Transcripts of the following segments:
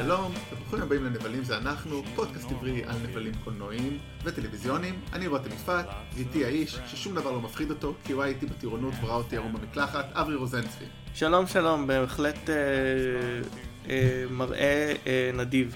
שלום, וברוכים הבאים לנבלים זה אנחנו, פודקאסט עברי על נבלים קולנועיים וטלוויזיוניים. אני רותם יפעת, ואיתי האיש ששום דבר לא מפחיד אותו, כי הוא היה איתי בטירונות וראה אותי ערום במקלחת, אברי רוזנצבי. שלום שלום, בהחלט מראה נדיב.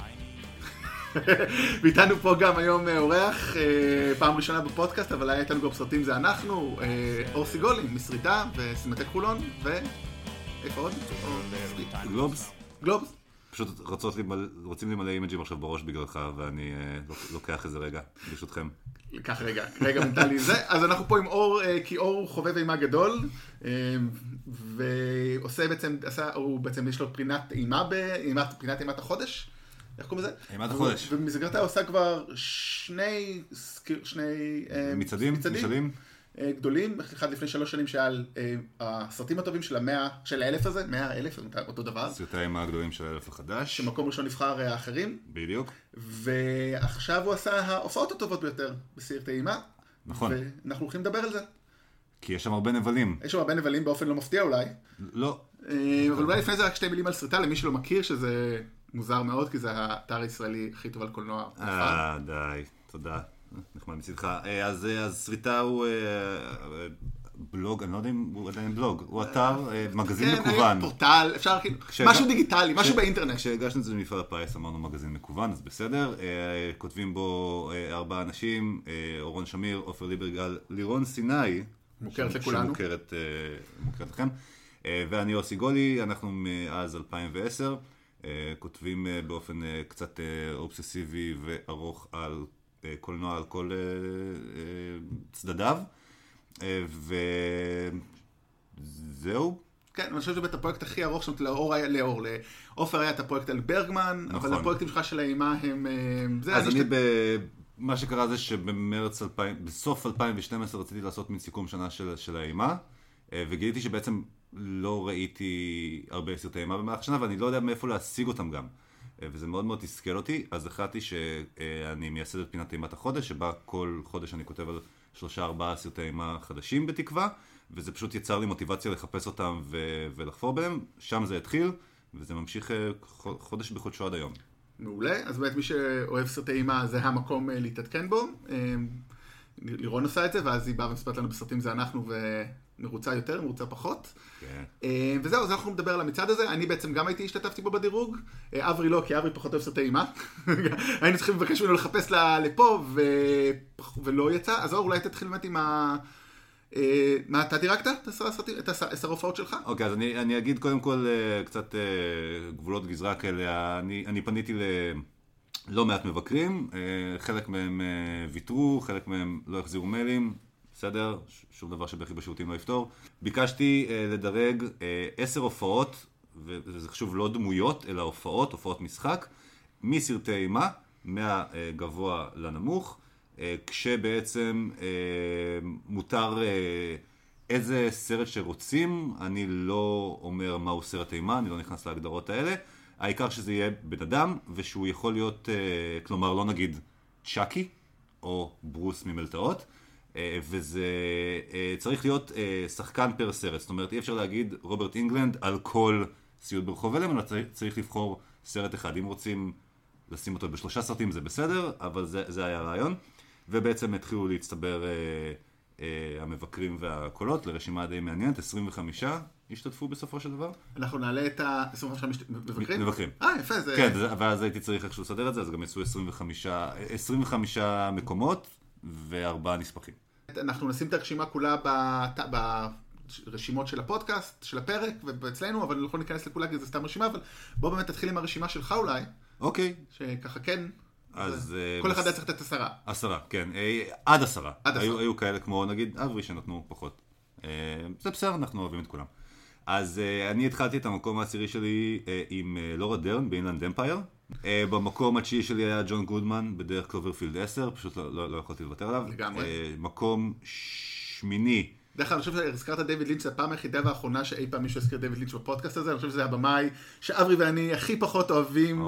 ואיתנו פה גם היום אורח, פעם ראשונה בפודקאסט, אבל היה איתנו גם סרטים זה אנחנו, אור סיגולי, מסריטה וסימטק חולון, איפה עוד? גלובס. גלובס. פשוט רוצים למלא אימג'ים עכשיו בראש בגללך, ואני לוקח איזה רגע, ברשותכם. לקח רגע מנטלי זה. אז אנחנו פה עם אור, כי אור הוא חובב אימה גדול, ועושה בעצם, יש לו פינת אימה, פינת אימת החודש. איך קוראים לזה? אימת החודש. ובמסגרתה עושה כבר שני מצעדים גדולים, אחד לפני 3 שנים שעל הסרטים הטובים של ה-1000 הזה, 100,000, אותו דבר. סרטי האימה הגדולים של 1000 החדש. שמקום ראשון נבחר האחרים. בדיוק. ועכשיו הוא עשה ההופעות הטובות ביותר בסרטי אימה. נכון. ואנחנו הולכים לדבר על זה. כי יש שם הרבה נבלים. יש שם הרבה נבלים באופן לא מפתיע אולי. לא. אבל אולי לפני זה רק 2 מילים על סרטה, למי שלא מכיר, שזה מוזר מאוד, כי זה האתר הישראלי הכי טוב על קולנוע. די, תודה. נחמד מצדך. אז סריטה הוא בלוג, אני לא יודע אם הוא עדיין בלוג, הוא אתר מגזין מקוון. פורטל, אפשר כאילו, משהו דיגיטלי, משהו באינטרנט. כשהגשנו את זה למפעל הפיס אמרנו מגזין מקוון, אז בסדר. כותבים בו 4 אנשים, אורון שמיר, עופר ליברגל, לירון סיני, מוכרת לכולנו. שמוכרת לכם. ואני אור סיגולי, אנחנו מאז 2010, כותבים באופן קצת אובססיבי וארוך על קולנוע על כל צדדיו, וזהו. כן, אני חושב שבאת הפרויקט הכי ארוך שם, לאופר היה את הפרויקט על ברגמן, אבל הפרויקטים שלך של האימה הם... אז מה שקרה זה בסוף 2012 רציתי לעשות מין סיכום שנה של האימה, וגיליתי שבעצם לא ראיתי הרבה סרטי אימה במהלך השנה, ואני לא יודע מאיפה להשיג אותם גם. וזה מאוד מאוד תסכל אותי, אז החלטתי שאני מייסד את פינת אימת החודש, שבה כל חודש אני כותב על 3-4 סרטי אימה חדשים בתקווה, וזה פשוט יצר לי מוטיבציה לחפש אותם ולחפור בהם, שם זה התחיל, וזה ממשיך חודש בחודשו עד היום. מעולה, אז באמת מי שאוהב סרטי אימה זה המקום להתעדכן בו, לירון עושה את זה, ואז היא באה ומספרת לנו בסרטים זה אנחנו מרוצה יותר, מרוצה פחות. וזהו, אז אנחנו נדבר על המצעד הזה. אני בעצם גם השתתפתי בו בדירוג. אברי לא, כי אברי פחות אוהב סרטי אימה. היינו צריכים לבקש ממנו לחפש לפה, ולא יצא. אז אולי תתחיל באמת עם מה אתה דירקת? את 10 ההופעות שלך? אוקיי, אז אני אגיד קודם כל קצת גבולות גזרה כאלה. אני פניתי ללא מעט מבקרים. חלק מהם ויתרו, חלק מהם לא החזירו מיילים. בסדר? שום דבר שבכי בשירותים לא יפתור. ביקשתי לדרג 10 הופעות, וזה חשוב לא דמויות, אלא הופעות משחק, מסרטי אימה, מהגבוה לנמוך, כשבעצם מותר איזה סרט שרוצים, אני לא אומר מהו סרט אימה, אני לא נכנס להגדרות האלה, העיקר שזה יהיה בן אדם, ושהוא יכול להיות, כלומר לא נגיד צ'אקי, או ברוס ממלטאות, וזה צריך להיות שחקן פר סרט, זאת אומרת אי אפשר להגיד רוברט אינגלנד על כל סיוט ברחוב אלם, אלא צריך לבחור סרט אחד. אם רוצים לשים אותו ב3 סרטים זה בסדר, אבל זה היה הרעיון, ובעצם התחילו להצטבר המבקרים והקולות לרשימה די מעניינת. 25 השתתפו בסופו של דבר. אנחנו נעלה את ה-25 מבקרים? מבקרים. יפה, זה... כן, ואז הייתי צריך איכשהו לסדר את זה, אז גם יצאו 25 מקומות ו4 נספחים. אנחנו נשים את הרשימה כולה ברשימות של הפודקאסט, של הפרק, ואצלנו, אבל לא יכול להיכנס לכולה כי זה סתם רשימה, אבל בוא באמת תתחיל עם הרשימה שלך אולי. אוקיי. שככה כן, אז כל אחד היה צריך לתת 10. 10, כן. עד 10. היו כאלה כמו נגיד אברי שנתנו פחות. זה בסדר, אנחנו אוהבים את כולם. אז אני התחלתי את המקום העשירי שלי עם לורה דרן באינלנד אמפייר. במקום התשיעי שלי היה ג'ון גודמן בדרך קלוברפילד 10, פשוט לא יכולתי לוותר עליו. לגמרי. מקום שמיני. דרך כלל, אני חושב שהזכרת דיוויד לינץ', זה הפעם היחידה והאחרונה שאי פעם מישהו הזכיר דיוויד לינץ' בפודקאסט הזה, אני חושב שזה הבמאי שאברי ואני הכי פחות אוהבים.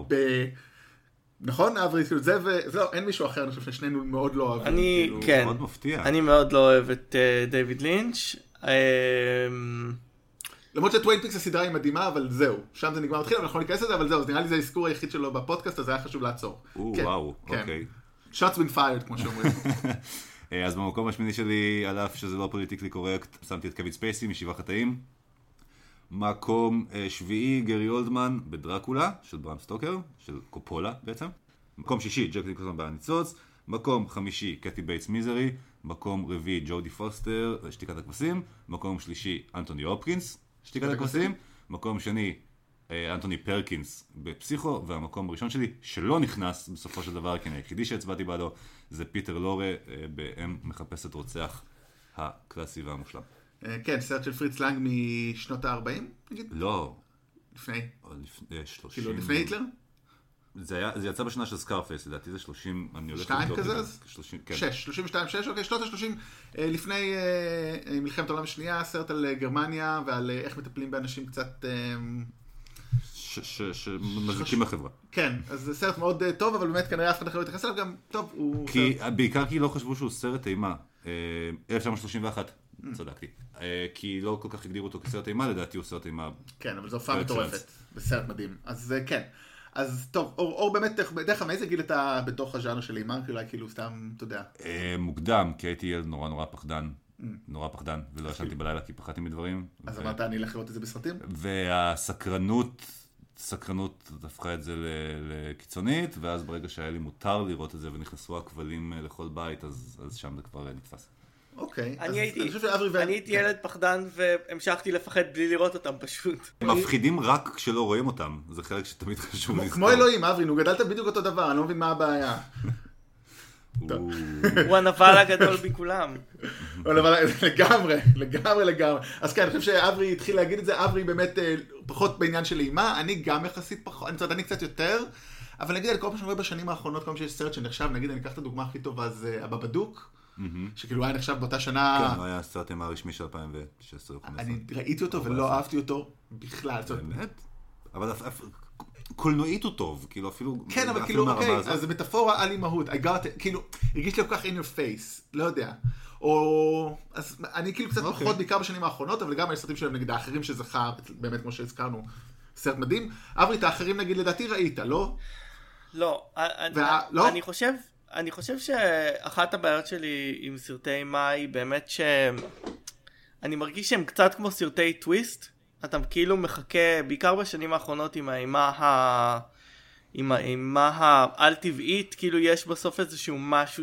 נכון, אברי, זהו, אין מישהו אחר, אני חושב ששנינו מאוד לא אוהבים. אני, כן, אני מאוד לא אוהב את דיוויד לינץ'. למרות שטווין פיקס הסדרה היא מדהימה, אבל זהו, שם זה נגמר מתחיל, אבל אנחנו ניכנס לזה, אבל זהו, אז נראה לי זה האזכור היחיד שלו בפודקאסט, אז היה חשוב לעצור. וואו, אוקיי. Shots been fired, כמו שאומרים. אז במקום השמיני שלי, על אף שזה לא פוליטיקלי קורקט, שמתי את קווין ספייסי משבעה חטאים. מקום שביעי, גרי אולדמן בדרקולה, של ברם סטוקר, של קופולה בעצם. מקום שישי, ג'ק ניקולסון בניצוץ. מקום חמישי, קתי בייטס מיזרי. מקום רביעי, ג'ודי פוסטר, שתיקת הכבשים. מקום שלישי, אנטוני הופקינס, שתיקת הכבשים. מקום שני, אנטוני פרקינס בפסיכו. והמקום הראשון שלי, שלא נכנס בסופו של דבר, כי אני היחידי שהצבעתי בעדו, זה פיטר לורה באם מחפשת רוצח הקלאסי והמושלם. כן, סרט של פריץ לנג משנות ה-40, נגיד? לא. לפני? 30. כאילו, לפני היטלר? זה יצא בשנה של סקארפייס, לדעתי זה 30, אני הולך לבדוק את זה. 30, כן. 32, אוקיי, שנות ה-30, לפני מלחמת העולם השנייה, סרט על גרמניה ועל איך מטפלים באנשים קצת... שמזיקים לחברה. כן, אז זה סרט מאוד טוב, אבל באמת כנראה אף אחד אחר לא יתייחס אליו גם, טוב, הוא... בעיקר כי לא חשבו שהוא סרט אימה. 1931, צדקתי. כי לא כל כך הגדירו אותו כסרט אימה, לדעתי הוא סרט אימה. כן, אבל זו הופעה מטורפת, בסרט מדהים. אז כן. אז טוב, אור באמת, דרך מאיזה גיל אתה בתוך הז'אנר של אימה? כאילו סתם, אתה יודע. מוקדם, כי הייתי ילד נורא פחדן. נורא פחדן, ולא ישנתי בלילה כי פחדתי מדברים. אז אמרת, אני אלך לראות את זה בסרטים? סקרנות הפכה את זה לקיצונית, ואז ברגע שהיה לי מותר לראות את זה ונכנסו הכבלים לכל בית, אז שם זה כבר נתפס. אוקיי. אני הייתי ילד פחדן והמשכתי לפחד בלי לראות אותם פשוט. הם מפחידים רק כשלא רואים אותם, זה חלק שתמיד חשוב לזכור. כמו אלוהים, אברי, נו גדלת בדיוק אותו דבר, אני לא מבין מה הבעיה. הוא הנבל הגדול מכולם. לגמרי. אז כן, אני חושב שאברי התחיל להגיד את זה, אברי באמת פחות בעניין של אימה, אני גם יחסית פחות, אני קצת יותר, אבל נגיד, כל פעם שאני רואה בשנים האחרונות, כל פעם שיש סרט שנחשב, נגיד, אני אקח את הדוגמה הכי טובה, זה הבבדוק, שכאילו היה נחשב באותה שנה... כן, הוא היה הסרט אימה הרשמי של 2016. אני ראיתי אותו ולא אהבתי אותו בכלל. באמת? אבל קולנועית הוא טוב, כאילו אפילו... כן, אבל כאילו, אוקיי, אז זה מטאפורה על אימהות, כאילו, הרגיש לי כל כך in your face, לא יודע. או... אז אני כאילו קצת פחות בעיקר בשנים האחרונות, אבל גם יש סרטים שלהם נגד האחרים שזכה, באמת כמו שהזכרנו, סרט מדהים. אברי, את האחרים נגיד לדעתי ראית, לא? לא, אני חושב שאחת הבעיות שלי עם סרטי אימה היא באמת שאני מרגיש שהם קצת כמו סרטי טוויסט. אתה כאילו מחכה, בעיקר בשנים האחרונות עם האימה העל-טבעית, כאילו יש בסוף איזשהו משהו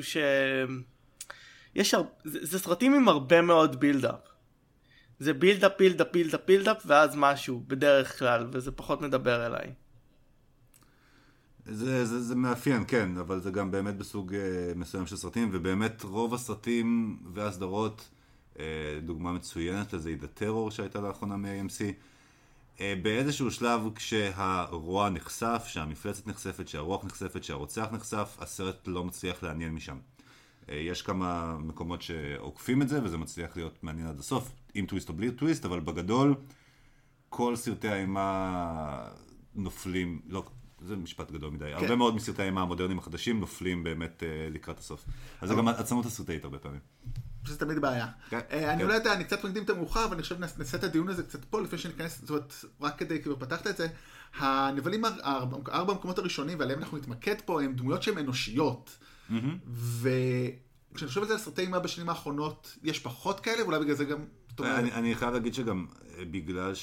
זה סרטים עם הרבה מאוד בילדאפ. זה בילדאפ, ואז משהו, בדרך כלל, וזה פחות מדבר אליי. זה מאפיין, כן, אבל זה גם באמת בסוג מסוים של סרטים, ובאמת רוב הסרטים והסדרות, דוגמה מצוינת לזה היא The Terror שהייתה לאחרונה מ-AMC, באיזשהו שלב כשהרוע נחשף, שהמפלצת נחשפת, שהרוח נחשפת, שהרוצח נחשף, הסרט לא מצליח לעניין משם. יש כמה מקומות שעוקפים את זה, וזה מצליח להיות מעניין עד הסוף, עם טוויסט או בלי טוויסט, אבל בגדול, כל סרטי האימה נופלים, לא, זה משפט גדול מדי, כן. הרבה מאוד מסרטי האימה המודרניים החדשים נופלים באמת לקראת הסוף. אז זה גם עצמות הסרטאית הרבה פעמים. שזה תמיד בעיה. אני אולי יודע, אני קצת מקדים את המאוחר, אבל אני חושב נעשה את הדיון הזה קצת פה, לפני שניכנס, זאת אומרת, רק כדי כבר פתחת את זה, הנבלים, ארבע המקומות הראשונים, ועליהם אנחנו נתמקד פה, הם דמויות שהן אנושיות. וכשאני חושב על זה על סרטי אימה בשנים האחרונות, יש פחות כאלה, ואולי בגלל זה גם... אני חייב להגיד שגם בגלל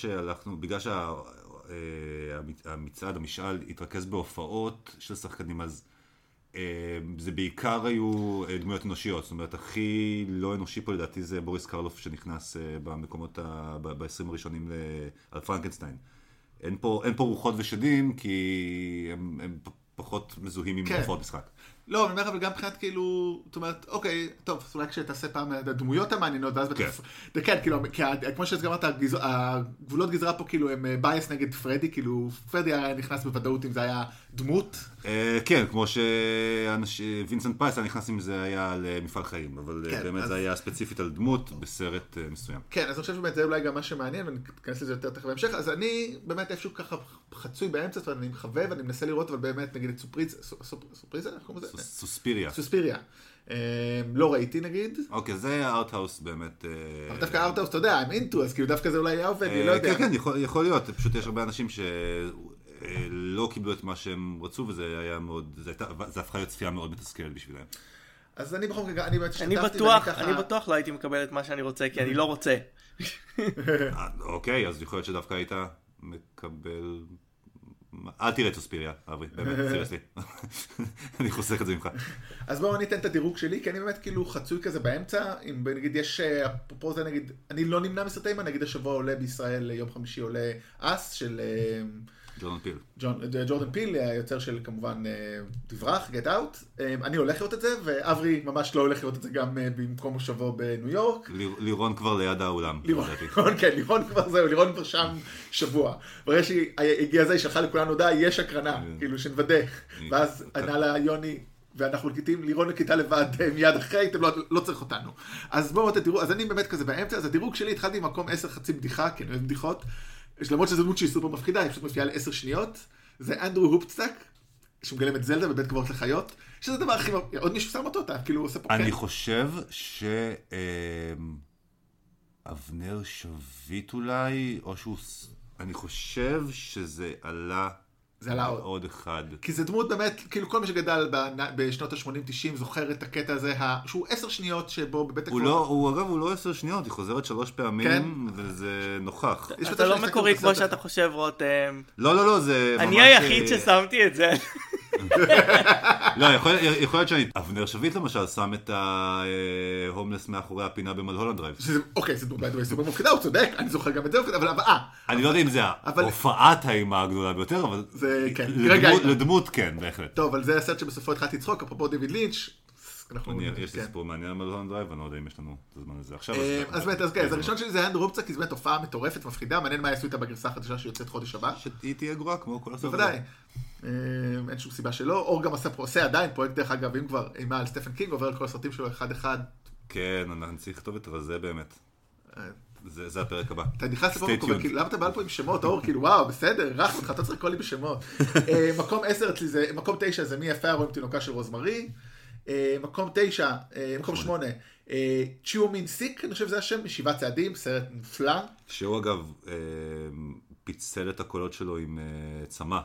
המצעד, המשאל, התרכז בהופעות של שחקנים, אז זה בעיקר היו דמויות אנושיות, זאת אומרת, הכי לא אנושי פה לדעתי זה בוריס קרלוף שנכנס במקומות, ב-20 הראשונים על פרנקנשטיין. אין פה רוחות ושדים, כי הם פחות מזוהים עם הופעות משחק. לא, אני אומר, אבל גם מבחינת כאילו, זאת אומרת, אוקיי, טוב, אולי כשתעשה פעם הדמויות המעניינות, ואז כן, כאילו, כמו שאמרת, הגבולות גזרה פה כאילו הם בייס נגד פרדי, כאילו, פרדי היה נכנס בוודאות אם זה היה דמות. כן, כמו שווינסנט פרייס היה נכנס אם זה היה למפעל חיים, אבל באמת זה היה ספציפית על דמות בסרט מסוים. כן, אז אני חושב שבאמת זה אולי גם מה שמעניין, ואני אכנס לזה יותר תכף בהמשך, אז אני באמת איפשהו ככה חצוי באמצע, ואני מחווה ואני מנסה לראות, אבל באמת, נגיד את סופריזה, איך קוראים לזה? סוספיריה. לא ראיתי נגיד. אוקיי, זה הארטהאוס באמת. אבל דווקא הארטהאוס, אתה יודע, I'm into, אז כאילו דווקא זה אולי היה עובד, אני לא יודע. כן, יכול להיות, פשוט יש הרבה אנשים שלא קיבלו את מה שהם רצו, וזה היה מאוד, זה הפכה להיות צפייה מאוד מתסכלת בשבילם. אז אני בכל מקרה, אני באמת אני בטוח לא הייתי מקבל את מה שאני רוצה, כי אני לא רוצה. אוקיי, אז יכול להיות שדווקא היית מקבל... אל תראה את סוספיריה, אברי, באמת, סירסלי. אני חוסך את זה ממך. אז בואו ניתן את הדירוג שלי, כי אני באמת כאילו חצוי כזה באמצע, אם נגיד יש, אפרופו זה נגיד, אני לא נמנע מסרטי אימה, נגיד השבוע עולה בישראל, יום חמישי עולה אס של... ג'ורדן פיל, היוצר של כמובן דברח, Get Out. אני הולך לראות את זה, ואברי ממש לא הולך לראות את זה גם במקום מושבו בניו יורק. לירון כבר ליד האולם. לירון כבר זהו, לירון כבר שם שבוע. ברגע שהגיע זה, היא שלחה לכולנו הודעה, יש הקרנה, כאילו שנוודא. ואז ענה לה יוני, ואנחנו לקיטים, לירון לקיטה לבד מיד אחרי, אתם לא צריך אותנו. אז בואו תראו, אז אני באמת כזה באמצע, אז הדירוג שלי התחלתי עם מקום 10 חצי בדיחה, כי אני אוהב בדיחות. למרות שזו דמות שהיא סופר מפחידה, היא פשוט מופיעה ל10 שניות. זה אנדרו הופצק, שמגלם את זלדה בבית קברות לחיות, שזה הדבר הכי... עוד מישהו שם אותו, אתה כאילו עושה פה כן. אני חושב אבנר שביט אולי, או שהוא... אני חושב שזה עלה... זה עלה עוד אחד. כי זה דמות באמת, כאילו כל מי שגדל בשנות ה-80-90 זוכר את הקטע הזה, שהוא 10 שניות שבו בבית הקברות. אגב, הוא לא 10 שניות, היא חוזרת 3 פעמים, וזה נוכח. אתה לא מקורי כמו שאתה חושב, רותם. לא, זה ממש... אני היחיד ששמתי את זה. לא, יכול להיות שאני... אבנר שביט למשל שם את ההומלס מאחורי הפינה במלהולנד דרייב. אוקיי, זה סופר מפחידה, הוא צודק, אני זוכר גם את זה, אבל... אני לא יודע אם זה הופעת האימה הגדולה ביותר, אבל... לדמות כן, בהחלט. טוב, אבל זה הסרט שבסופו התחלתי לצחוק, אפרופו דיוויד לינץ'. יש לי סיפור מעניין על מלהולנד דרייב, אני לא יודע אם יש לנו את הזמן הזה עכשיו. אז באמת, אז הראשון שלי זה אנדרו הופצק, כי זו באמת הופעה מטורפת, מפחידה, מעניין מה יעשו איתה בגרסה החדשה שיוצאת חודש הבא. שהיא תהיה גרועה כמו כל הסרט. בוודאי. אין שום סיבה שלא. אור גם עושה עדיין פרויקט דרך אגב, אם כבר אימה על סטפן קינג, עובר על כל הסרטים שלו אחד-אחד. כן, אני צריך לכתוב את רזה באמת. זה הפרק הבא. אתה נכנס לפה מקום, למה אתה בא פה עם שמות, אור, כאילו וואו, בסדר, רח אותך, אתה צריך לקרוא לי בשמות. מקום 10 אצלי זה, מקום 9 זה מי יפה רואים תינוקה של רוזמרי. מקום 8, צ'יומין סיק, אני חושב שזה השם, מ7 צעדים, סרט נפלא. שהוא אגב פיצל את הקולות שלו עם צמא.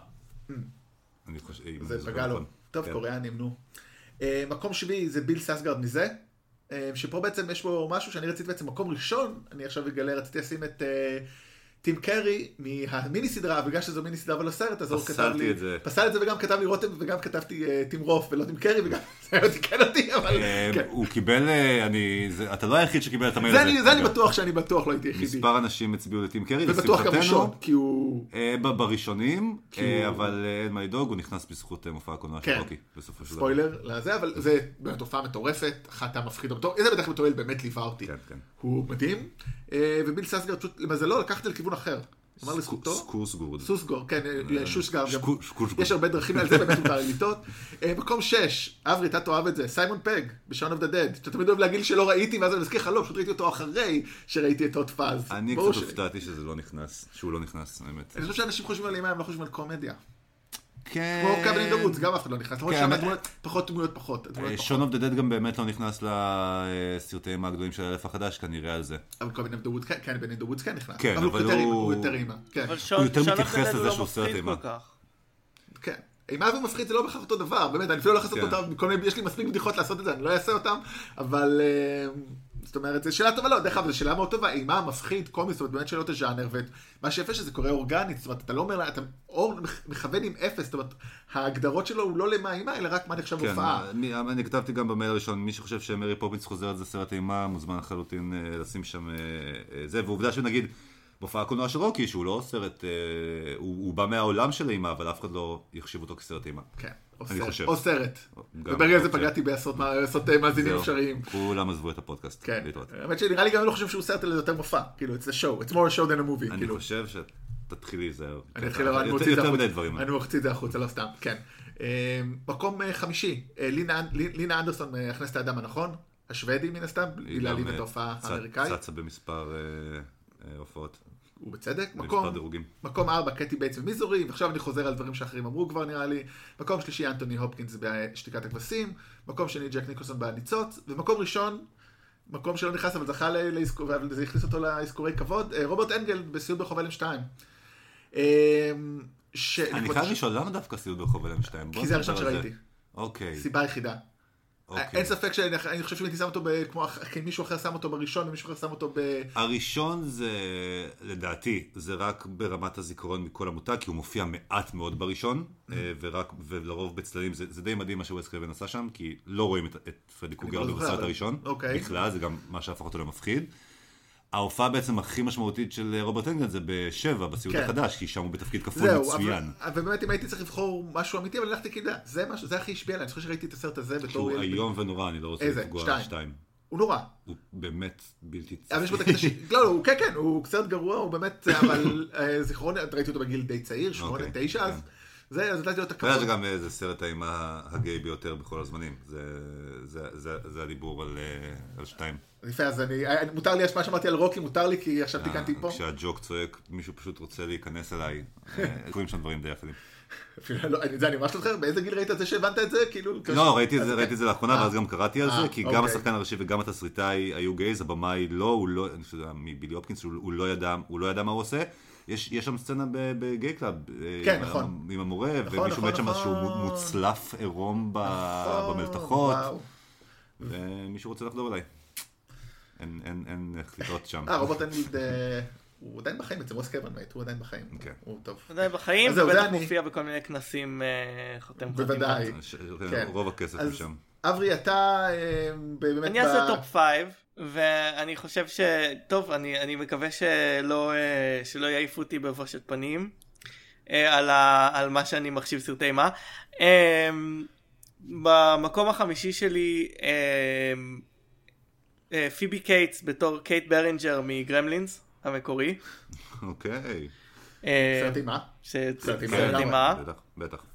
זה פגע לו. טוב, קוריאנים, נו. מקום 7 זה ביל סאסגרד מזה. שפה בעצם יש בו משהו שאני רציתי בעצם מקום ראשון, אני עכשיו רציתי לשים את טים קרי מהמיני סדרה, בגלל שזו מיני סדרה ולא סרט, אז הוא כתב לי, פסל את זה וגם כתב לי רותם וגם כתבתי טים רוף ולא טים קרי וגם זה תיקן אותי, אבל הוא קיבל, אתה לא היחיד שקיבל את המייל הזה. זה אני בטוח שאני בטוח לא הייתי יחידי. מספר אנשים הצביעו לטים קרי, ובטוח גם ראשון, כי הוא... בראשונים, אבל אין מה לדאוג, הוא נכנס בזכות מופע הקולנוע של רוקי, בסופו של דבר. ספוילר לזה, אבל זה באמת הופעה מטורפת, אחת המפחיד המטורף, איזה בטח מטורל באמת ליווה אותי. הוא מדהים, וביל סאסגרד פשוט, למזלו, לקחת לכיוון אחר. אמר לזכותו? סוסגורד, כן, שושגרד. יש הרבה דרכים על זה, באמת מותר לטעות. מקום 6, אברי, אתה תאהב את זה, סיימון פג, בשעון אוף דה דד. שאתה תמיד אוהב להגיד שלא ראיתי, ואז אני מזכיר לך, לא, פשוט ראיתי אותו אחרי שראיתי את הוט פאז. אני קצת הופתעתי שזה לא נכנס, שהוא לא נכנס, האמת. אני חושב שאנשים חושבים על אימה, הם לא חושבים על קומדיה. כן. כמו קאבין אין דה וודס, גם אף אחד לא נכנס. למרות שם פחות דמויות פחות. שון אוף דה דד גם באמת לא נכנס לסרטים הגדולים של אלף החדש, כנראה על זה. אבל קאבין אין דה וודס כן, קאבין אין דה וודס כן נכנס. כן, אבל הוא יותר אימה. הוא יותר מתייחס לזה שהוא סרט אימה. כן. אימה ומפחיד זה לא בכך אותו דבר, באמת, אני אפילו לא לעשות אותם, יש לי מספיק בדיחות לעשות את זה, אני לא אעשה אותם, אבל... זאת אומרת, זו שאלה טובה, לא, דרך אגב, זו שאלה מאוד טובה, אימה, מפחיד, קומי, זאת אומרת, באמת שאלות הז'אנר, ומה שיפה שזה קורה אורגנית, זאת אומרת, אתה לא אומר, אתה אור מכוון עם אפס, זאת אומרת, ההגדרות שלו הוא לא למה אימה, אלא רק מה נחשב הופעה. אני כתבתי גם במייל הראשון, מי שחושב שמרי פופינס חוזרת זה סרט אימה, מוזמן לחלוטין לשים שם זה, ועובדה שנגיד, בהופעה קולנוע של רוקי, שהוא לא סרט, הוא בא מהעולם של אימה, אבל אף אחד לא יחשיב אותו כסרט אימה. כן. או סרט. וברגע זה פגעתי בעשות מאזינים אפשריים. כולם עזבו את הפודקאסט. כן. האמת שנראה לי גם אני לא חושב שהוא סרט אלא יותר מופע. כאילו, it's a show. It's more a show than a movie. אני חושב שתתחיל להיזהר. אני מוציא את זה החוצה, לא סתם. כן. מקום 5. לינה אנדרסון, הכנסת את האדם הנכון. השוודי מן הסתם. היא להעליב את ההופעה האמריקאית. צצה במספר הופעות. ובצדק. מקום 4, קטי בייטס ומיזורי, ועכשיו אני חוזר על דברים שאחרים אמרו כבר נראה לי. מקום שלישי, אנטוני הופקינס בשתיקת הכבשים. מקום שני, ג'ק ניקולסון בהניצוץ. ומקום ראשון, מקום שלא נכנס, אבל זכה וזה הכניס אותו לאזכורי כבוד, רוברט אנגל בסיוט ברחוב אלם 2. אני חייב לשאול, למה דווקא סיוט ברחוב אלם 2? כי זה הראשון שראיתי. אוקיי. סיבה היחידה. אין ספק שאני חושב שאני שם אותו כמו מישהו אחר שם אותו בראשון ומישהו אחר שם אותו הראשון זה לדעתי זה רק ברמת הזיכרון מכל המותג כי הוא מופיע מעט מאוד בראשון ולרוב בצללים זה די מדהים מה שווסט קרייבן עשה שם כי לא רואים את פרדי קרוגר בסרט הראשון בכלל זה גם מה שהפך אותו למפחיד. ההופעה בעצם הכי משמעותית של רוברט אנגל זה בשבע, בסיוט החדש, כי שם הוא בתפקיד כפול מצוין. ובאמת אם הייתי צריך לבחור משהו אמיתי, אבל הלכתי כדע, זה הכי השפיע עליי, אני חושב שראיתי את הסרט הזה בתור... שהוא איום ונורא, אני לא רוצה לפגוע 2. הוא נורא. הוא באמת בלתי צפי. אבל יש בו את הקטע לא, כן, הוא קצת גרוע, הוא באמת, אבל זיכרון, ראיתי אותו בגיל די צעיר, 8-9, אז... זה נתתי לו את הכבוד. זה גם איזה סרט האימה הגיי ביותר בכל הזמנים. זה הדיבור על 2. יפה, אז מותר לי, מה שאמרתי על רוקי, מותר לי, כי עכשיו תיקנתי פה. כשהג'וק צועק, מישהו פשוט רוצה להיכנס אליי. קוראים שם דברים די יפים. אני ממש לא זוכר, באיזה גיל ראית את זה שהבנת את זה? לא, ראיתי את זה לאחרונה, ואז גם קראתי על זה, כי גם השחקן הראשי וגם התסריטאי היו גייז, הבמאי לא, הוא לא, אני חושב, מבילי הופקינס, הוא לא ידע מה הוא עושה. יש שם סצנה בגיי קלאב, עם המורה, ומישהו מת שם שהוא מוצלף עירום במלתחות, ומישהו רוצה לחדור אליי. אין חליטות שם. רוברט אנגל, הוא עדיין בחיים, אצל רוס קרייבן מת, הוא עדיין בחיים, הוא טוב. הוא עדיין בחיים, ובטח מופיע בכל מיני כנסים חותם חתימות. בוודאי. רוב הכסף משם. אברי, אתה באמת... אני אעשה טופ 5, ואני חושב טוב, אני מקווה שלא יעיפו אותי בבושת פנים, על מה שאני מחשיב סרטי מה. במקום החמישי שלי, פיבי קייטס בתור קייט ברינג'ר מגרמלינס המקורי. אוקיי. סרטי מה? סרטי מה? בטח.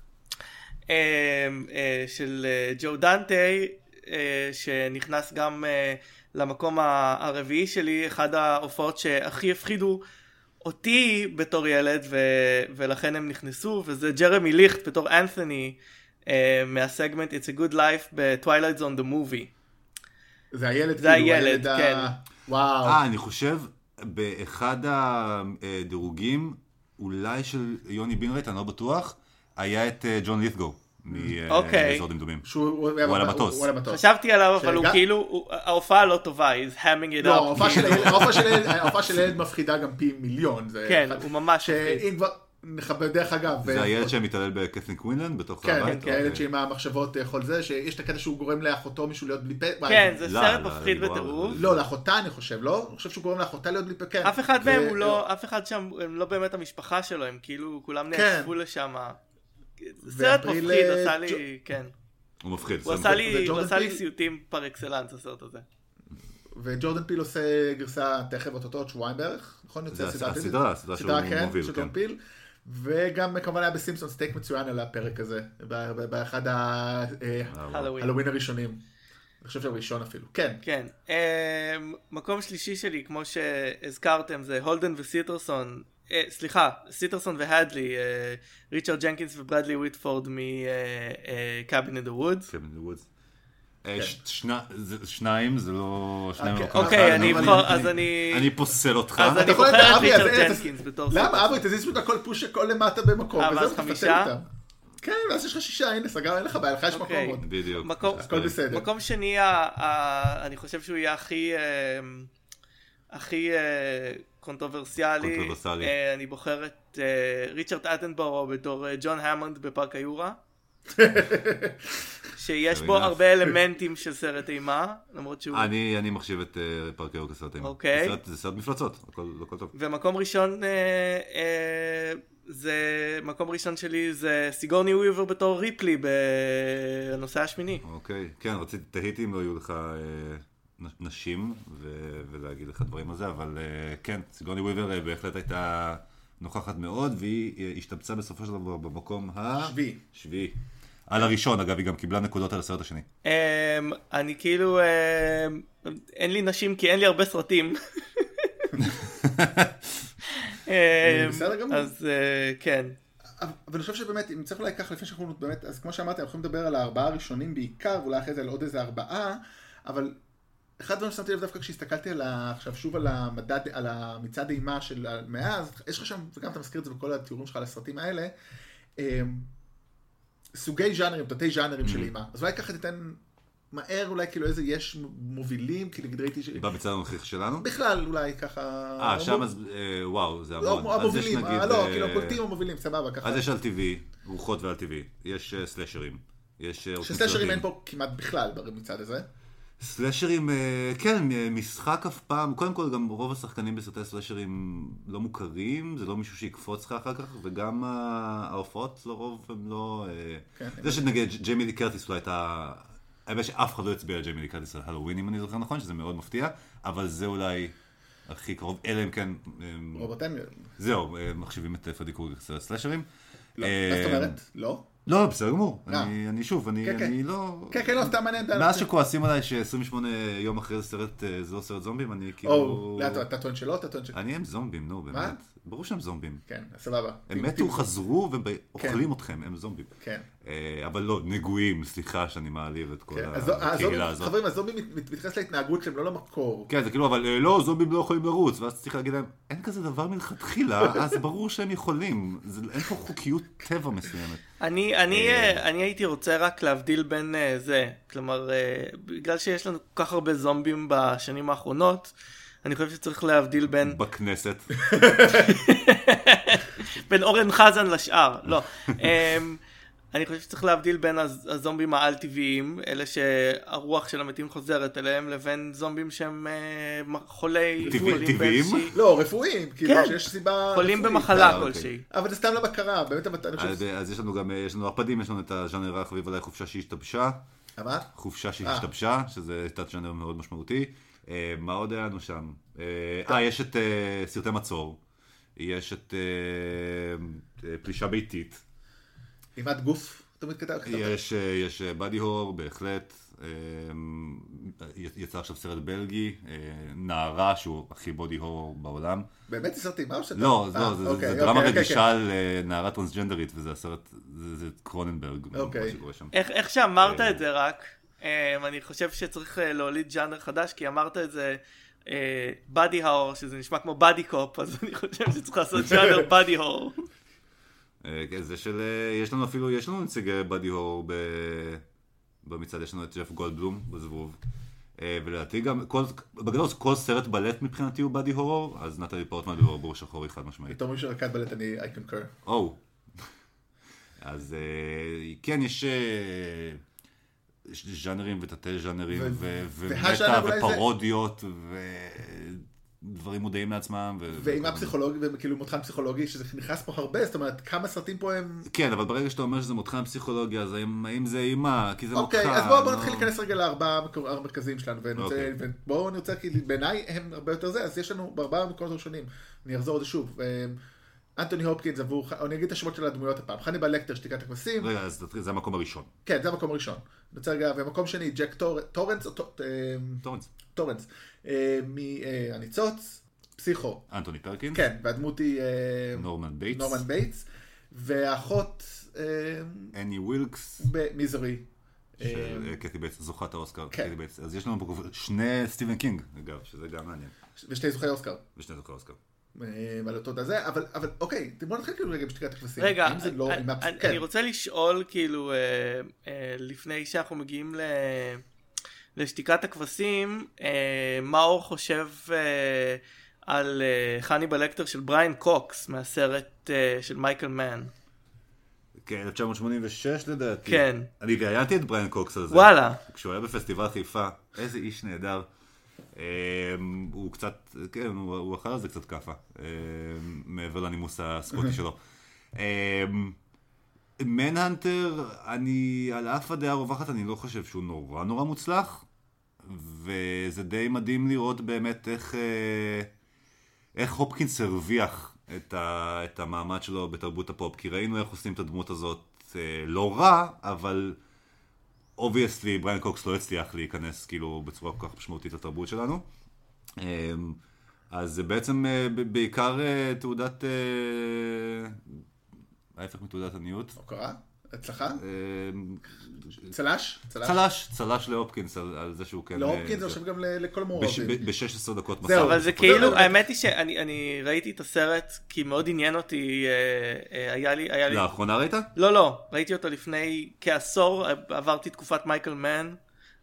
של ג'ו דנטי, שנכנס גם למקום הרביעי שלי, אחד ההופעות שהכי הפחידו אותי בתור ילד, ולכן הם נכנסו, וזה ג'רמי ליכט בתור אנת'וני, מהסגמנט It's a Good Life ב-Twilight Zone the Movie. זה הילד, זה הילד, כן. וואו. אני חושב, באחד הדירוגים, אולי של יוני בינרייט, אני לא בטוח, היה את ג'ון לית'גו, מאזורדים דומים. הוא על המטוס. חשבתי עליו, אבל הוא כאילו, ההופעה לא טובה, he's hamming it up. לא, ההופעה של ילד מפחידה גם פי מיליון. כן, הוא ממש מפחיד. דרך אגב. זה הילד שמתעלל בקת'רין קווינלנד בתוך הבית? כן, הילד שעם המחשבות כל זה, שיש את הקטע שהוא גורם לאחותו מישהו להיות בלי פה. כן, זה סרט מפחיד בטירוף. לא, לאחותה אני חושב, לא? אני חושב שהוא גורם לאחותה להיות בלי פה, כן. אף אחד מהם הוא לא, אף אחד שם, הם לא באמת המשפחה שלו, הם כאילו כולם נאספו לשם. סרט מפחיד, עשה לי, כן. הוא מפחיד. הוא עשה לי סיוטים פר אקסלנס, הסרט הזה. וג'ורדן פיל עושה גרסה תכף אותות שבועיים בערך, נכון? זה הסדרה שהוא מוביל, כן. וגם כמובן היה בסימפסון סטייק מצוין על הפרק הזה, באחד ההלווין הראשונים. אני חושב שהראשון אפילו. כן. כן. מקום שלישי שלי, כמו שהזכרתם, זה הולדן וסיטרסון. סליחה, סיטרסון והדלי, ריצ'רד ג'נקינס וברדלי וויטפורד מקאבין אין דה וודס. קאבין אין דה וודס. שניים, זה לא... אוקיי, אני אבחור, אז אני פוסל אותך. אז אני בוחר את ריצ'רד ג'נקינס בתור סרט. למה? אברי, תזיז פשוט הכל פוש הכל למטה במקום. ואז 5? כן, ואז יש לך 6, הנה, סגר, אין לך בעיה, לך יש מקום עוד. בדיוק. הכל בסדר. מקום שני, אני חושב שהוא יהיה הכי קונטרוברסיאלי. אני בוחר את ריצ'רד אטנבורו בתור ג'ון המונד בפארק היורה. שיש בו הרבה אלמנטים של סרט אימה, למרות שהוא... אני מחשיב את פארק היורה כסרט אימה. זה סרט מפלצות, הכל טוב. ומקום ראשון, מקום ראשון שלי זה סיגורני וויבר בתור ריפלי בנושא השמיני. אוקיי, כן, תהיתי אם לא יהיו לך נשים ולהגיד לך דברים על זה, אבל כן, סיגורני וויבר בהחלט הייתה נוכחת מאוד, והיא השתבצה בסופו של דבר במקום השביעי. על הראשון, אגב, היא גם קיבלה נקודות על הסרט השני. אני כאילו, אין לי נשים כי אין לי הרבה סרטים. בסדר גמור. אז כן. אבל אני חושב שבאמת, אם צריך אולי כך לפני שאנחנו באמת, אז כמו שאמרתי, אנחנו יכולים לדבר על 4 הראשונים בעיקר, ואולי אחרי זה על עוד איזה 4, אבל אחד הדברים ששמתי לב דווקא כשהסתכלתי עכשיו שוב על המדד, על המצעד אימה של מאז, יש לך שם, וגם אתה מזכיר את זה בכל התיאורים שלך על הסרטים האלה, סוגי ז'אנרים, תתי ז'אנרים של אימה. אז אולי ככה תיתן מהר, אולי כאילו איזה יש מובילים, כי נגיד ראיתי במצעד הנוכחי שלנו? בכלל אולי ככה... שם אז, וואו, זה המון. המובילים, לא, כאילו הפולטים המובילים, סבבה, ככה. אז יש על טבעי, רוחות ועל טבעי, יש סלשרים. שסלשרים אין פה כמעט בכלל במצעד הזה. סלשרים, כן, משחק אף פעם, קודם כל גם רוב השחקנים בסרטי סלשרים לא מוכרים, זה לא מישהו שיקפוץ לך אחר כך, וגם ההופעות לרוב הם לא... זה שנגיד ג'יימי לי קרטיס אולי הייתה... האמת שאף אחד לא יצביע על ג'יימי לי קרטיס על הלווין, אם אני זוכר נכון, שזה מאוד מפתיע, אבל זה אולי הכי קרוב, אלא אם כן... זהו, מחשיבים את פרדי קרוגר כסרט סלשרים. לא, מה זאת אומרת? לא? לא, בסדר גמור. אני שוב, אני לא... כן, לא, סתם מעניין. מאז שכועסים עליי ש28 יום אחרי סרט, זה לא סרט זומבים, אני כאילו... אתה טוען שלא, אתה טוען שכן. אני הם זומבים, נו, באמת. ברור שהם זומבים. כן, סבבה. הם מתו, חזרו ואוכלים אתכם, הם זומבים. כן. אבל לא, נגועים, סליחה שאני מעליב את כל הקהילה הזאת. חברים, הזומבים מתייחס להתנהגות שלהם, לא למקור. כן, זה כאילו, אבל לא, זומבים לא יכולים לרוץ, ואז צריך להגיד להם, אין כזה דבר מלכתחילה, אז ברור שהם יכולים. אין פה חוקיות טבע מסוימת. אני הייתי רוצה רק להבדיל בין זה, כלומר, בגלל שיש לנו כל כך הרבה זומבים בשנים האחרונות, אני חושב שצריך להבדיל בין... בכנסת. בין אורן חזן לשאר, לא. אני חושב שצריך להבדיל בין הזומבים העל-טבעיים, אלה שהרוח של המתים חוזרת אליהם, לבין זומבים שהם חולי... טבעיים? לא, רפואיים, כאילו שיש סיבה... חולים במחלה כלשהי. אבל זה סתם לבקרה, באמת אני חושב... אז יש לנו גם, יש לנו הרפדים, יש לנו את הז'אנר החביב עליי חופשה שהשתבשה. מה? חופשה שהשתבשה, שזה תת ז'אנר מאוד משמעותי. מה עוד היה לנו שם? יש את סרטי מצור, יש את פלישה ביתית. אימת גוף, תמיד כתב. יש בדי הור, בהחלט. יצא עכשיו סרט בלגי, נערה שהוא הכי בודי הור בעולם. באמת זה סרט אימה או שאתה? לא, זה דרמה רגישה על נערה טרנסג'נדרית, וזה הסרט, זה קרוננברג. איך שאמרת את זה רק, אני חושב שצריך להוליד ז'אנר חדש, כי אמרת את זה בדי הור, שזה נשמע כמו בדי קופ, אז אני חושב שצריך לעשות ז'אנר בדי הור. זה של, יש לנו נציגי בדי הור במצעד, יש לנו את ג'ף גולדבלום בזבוב, ולדעתי גם, בגדול כל סרט בלט מבחינתי הוא בדי הורור, אז נטלי פורטמן בברבור שחורי חד משמעית. בתור מי שרקד בלט אני I concur. אז כן, יש ז'אנרים ותתי ז'אנרים, ומטה ופרודיות, דברים מודעים לעצמם. ואימה פסיכולוגית, וכאילו מותחן פסיכולוגי, שזה נכנס פה הרבה, זאת אומרת, כמה סרטים פה הם... כן, אבל ברגע שאתה אומר שזה מותחן פסיכולוגי, אז האם זה אימה? כי זה מותחן. אוקיי, אז בואו נתחיל להיכנס רגע לארבעה המרכזיים שלנו, ובואו נרצה, כי בעיניי הם הרבה יותר זה, אז יש לנו בארבעה המקומות הראשונים, אני אחזור על זה שוב, אנטוני הופקינס עבור, אני אגיד את השמות של הדמויות הפעם, חניבל לקטר, שתיקת הכבשים. רגע, אז זה המקום הראשון. כן, זה המקום הראשון. נוצר רגע, ומקום שני, ג'ק טורנס, טורנס, מהניצוץ, פסיכו. אנטוני פרקינס. כן, והדמות היא נורמן בייטס. והאחות... אני ווילקס. מיזרי. של קתי בייטס, זוכת האוסקר. קתי בייטס. אז יש לנו פה שני סטיבן קינג, אגב, שזה גם מעניין. ושני זוכי אוסקר. על אותו הזה, אבל אוקיי, בוא נתחיל כאילו רגע בשתיקת הכבשים. רגע, אני רוצה לשאול כאילו, לפני שאנחנו מגיעים לשתיקת הכבשים, מה אור חושב על חניבל לקטר של בריין קוקס מהסרט של מייקל מן? כן, 1986 לדעתי. כן. אני ראיינתי את בריין קוקס על זה. וואלה. כשהוא היה בפסטיבל חיפה, איזה איש נהדר. הוא קצת, כן, הוא אכל על זה קצת כפה, מעבר לנימוס הסקוטי שלו. מנהנטר, אני, על אף הדעה הרווחת, אני לא חושב שהוא נורא מוצלח, וזה די מדהים לראות באמת איך הופקינס הרוויח את המעמד שלו בתרבות הפופ, כי ראינו איך עושים את הדמות הזאת לא רע, אבל obviously בריין קוקס לא הצליח להיכנס כאילו בצורה כל כך משמעותית לתרבות שלנו. אז זה בעצם בעיקר תעודת, ההפך מתעודת עניות. הוקרה? הצלחה? צל"ש? צל"ש להופקינס על זה שהוא כן... להופקינס, אני חושב גם לכל המעורבים. ב-16 דקות מסע. אבל זה כאילו, האמת היא שאני ראיתי את הסרט, כי מאוד עניין אותי, היה לי... לאחרונה ראית? לא, ראיתי אותו לפני כעשור, עברתי תקופת מייקל מן.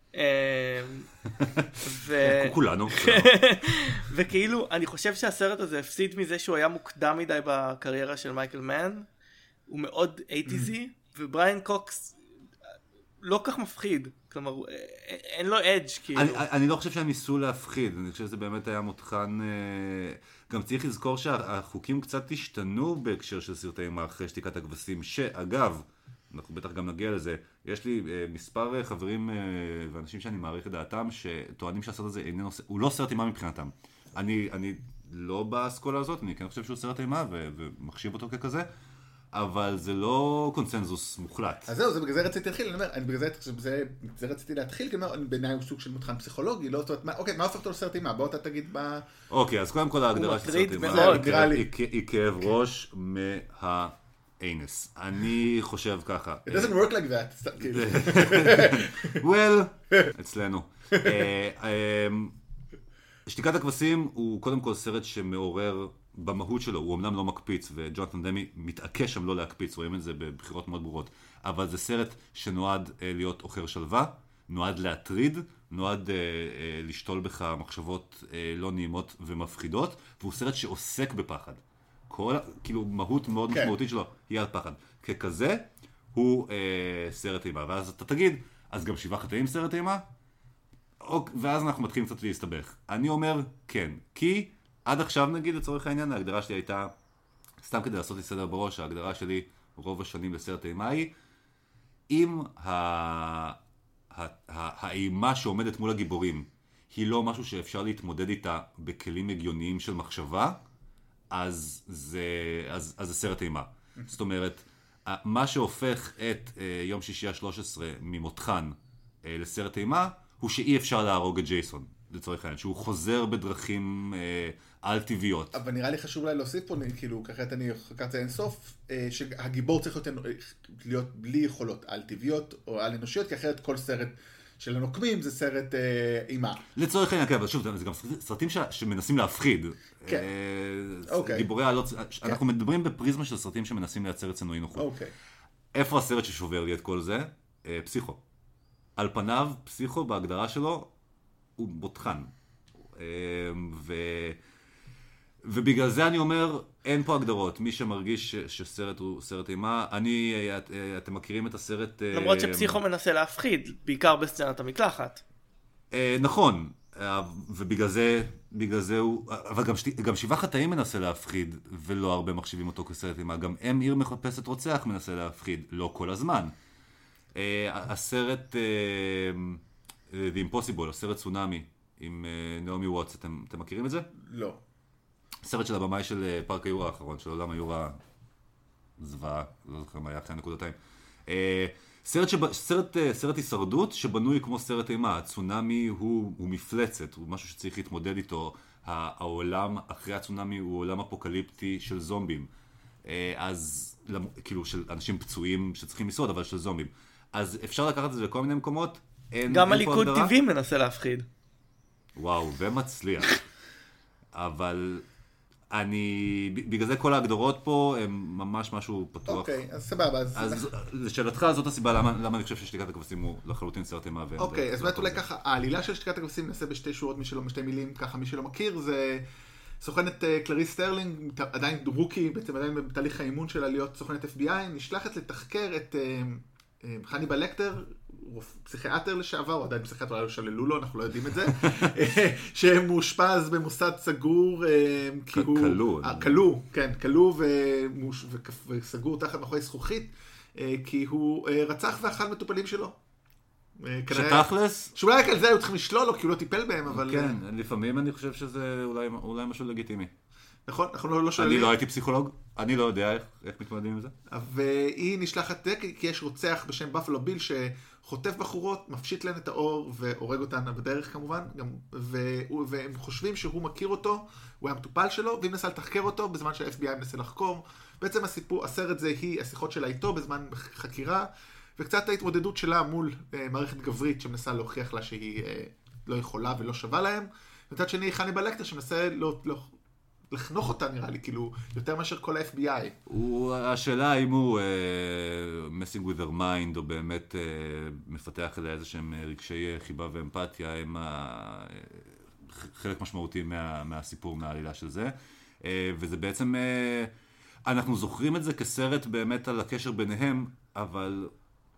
כולנו. וכאילו, אני חושב שהסרט הזה הפסיד מזה שהוא היה מוקדם מדי בקריירה של מייקל מן. הוא מאוד 80s, ובריין קוקס לא כך מפחיד, כלומר, אין לו אדג' כאילו. אני לא חושב שהם ניסו להפחיד, אני חושב שזה באמת היה מותחן, גם צריך לזכור שהחוקים קצת השתנו בהקשר של סרטי אימה אחרי שתיקת הכבשים, שאגב, אנחנו בטח גם נגיע לזה, יש לי מספר חברים ואנשים שאני מעריך את דעתם, שטוענים שהסרט הזה הוא לא סרט אימה מבחינתם. אני לא באסכולה הזאת, אני כן חושב שהוא סרט אימה ומחשיב אותו ככזה, אבל זה לא קונצנזוס מוחלט. אז זהו, בגלל זה רציתי להתחיל, בגלל זה רציתי להתחיל, כי בעיניי הוא סוג של מותחן פסיכולוגי, לא, אוקיי, מה הופך אותו לסרט אימה? בוא אתה תגיד מה... אוקיי, אז קודם כל ההגדרה של סרט אימה היא כאב ראש מהאינס. אני חושב ככה. It doesn't work like that. Well, אצלנו. שתיקת הכבשים הוא קודם כל סרט שמעורר במהות שלו, הוא אמנם לא מקפיץ, וג'ונתן דמי מתעקש שם לא להקפיץ, רואים את זה בבחירות מאוד ברורות, אבל זה סרט שנועד להיות אוכר שלווה, נועד להטריד, נועד לשתול בך מחשבות לא נעימות ומפחידות, והוא סרט שעוסק בפחד. כאילו מהות מאוד משמעותית שלו היא על פחד. ככזה, הוא סרט אימה. ואז אתה תגיד, אז גם 7 חטאים סרט אימה? ואז אנחנו מתחילים קצת להסתבך. אני אומר כן, כי עד עכשיו נגיד לצורך העניין, ההגדרה שלי הייתה, סתם כדי לעשות לי סדר בראש, ההגדרה שלי רוב השנים לסרט אימה היא, אם האימה שעומדת מול הגיבורים היא לא משהו שאפשר להתמודד איתה בכלים הגיוניים של מחשבה, אז זה סרט אימה. זאת אומרת, מה שהופך את יום שישי ה-13 ממותחן לסרט אימה, הוא שאי אפשר להרוג את ג'ייסון, לצורך העניין, שהוא חוזר בדרכים על טבעיות. אבל נראה לי חשוב אולי להוסיף פה, כאילו, ככה אני חקרתי אינסוף, שהגיבור צריך להיות בלי יכולות על טבעיות או על אנושיות, כי אחרת כל סרט של הנוקמים זה סרט אימה. לצורך העניין, כן, אבל שוב, זה גם סרטים שמנסים להפחיד. כן, אוקיי. אנחנו מדברים בפריזמה של סרטים שמנסים לייצר אצלנו אי נוחות. אוקיי. איפה הסרט ששובר לי את כל זה? פסיכו. על פניו, פסיכו בהגדרה שלו הוא מותחן. ובגלל זה אני אומר, אין פה הגדרות. מי שמרגיש שסרט הוא סרט אימה, אתם מכירים את הסרט... למרות שפסיכו מנסה להפחיד, בעיקר בסצנת המקלחת. נכון, ובגלל זה הוא... אבל גם 7 חטאים מנסה להפחיד, ולא הרבה מחשיבים אותו כסרט אימה. גם עיר מחפשת רוצח מנסה להפחיד, לא כל הזמן. הסרט The Impossible, הסרט צונאמי, עם נעמי ווטס, אתם מכירים את זה? לא. סרט של הבמאי של פארק היורה האחרון, של עולם היורה זוועה, לא זוכר מה היה אחרי הנקודתיים. סרט הישרדות שבנוי כמו סרט אימה. הצונאמי הוא מפלצת, הוא משהו שצריך להתמודד איתו. העולם אחרי הצונאמי הוא עולם אפוקליפטי של זומבים. אז כאילו של אנשים פצועים שצריכים לשרוד, אבל של זומבים. אז אפשר לקחת את זה לכל מיני מקומות. גם הליכוד טבעי מנסה להפחיד. וואו, ומצליח. אבל בגלל זה כל ההגדרות פה הם ממש משהו פתוח. אוקיי, אז סבבה. אז לשאלתך, זאת הסיבה למה אני חושב ששתיקת הכבשים הוא לחלוטין סרט אימה. אוקיי, אז באמת אולי ככה, העלילה של שתיקת הכבשים נעשה בשתי שורות, בשתי מילים, ככה מי שלא מכיר, זה סוכנת קלריס סטרלינג, עדיין רוקי, בעצם עדיין בתהליך האימון שלה להיות סוכנת FBI, נשלחת לתחקר את חניבל לקטר, פסיכיאטר לשעבר, או עדיין פסיכיאטר, אולי לא שללו לו, אנחנו לא יודעים את זה, שמאושפז במוסד סגור, כלוא וסגור תחת מאחורי זכוכית, כי הוא רצח ואכל מטופלים שלו. שתכלס? שאולי על זה היו צריכים לשלול לו, כי הוא לא טיפל בהם, אבל... כן, לפעמים אני חושב שזה אולי משהו לגיטימי. נכון, אנחנו לא שואלים. אני לא הייתי פסיכולוג, אני לא יודע איך מתמודדים עם זה. והיא נשלחת כי יש רוצח בשם בפלו ביל שחוטף בחורות, מפשיט להן את האור והורג אותן בדרך כמובן, והם חושבים שהוא מכיר אותו, הוא היה מטופל שלו, והיא מנסה לתחקר אותו בזמן שה-FBI מנסה לחקור. בעצם הסרט זה היא השיחות שלה איתו בזמן חקירה, וקצת ההתמודדות שלה מול מערכת גברית שמנסה להוכיח לה שהיא לא יכולה ולא שווה להם. ומצד שני, חניבל לקטר שמנסה לחנוך אותה נראה לי, כאילו, יותר מאשר כל ה-FBI. השאלה האם הוא messing with her mind, או באמת מפתח אליה איזה שהם רגשי חיבה ואמפתיה, הם חלק משמעותי מהסיפור, מהעלילה של זה. וזה בעצם, אנחנו זוכרים את זה כסרט באמת על הקשר ביניהם, אבל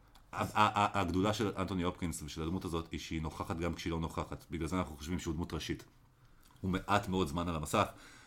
הגדולה של אנטוני הופקינס ושל הדמות הזאת היא שהיא נוכחת גם כשהיא לא נוכחת. בגלל זה אנחנו חושבים שהוא דמות ראשית. הוא מעט מאוד זמן על המסך.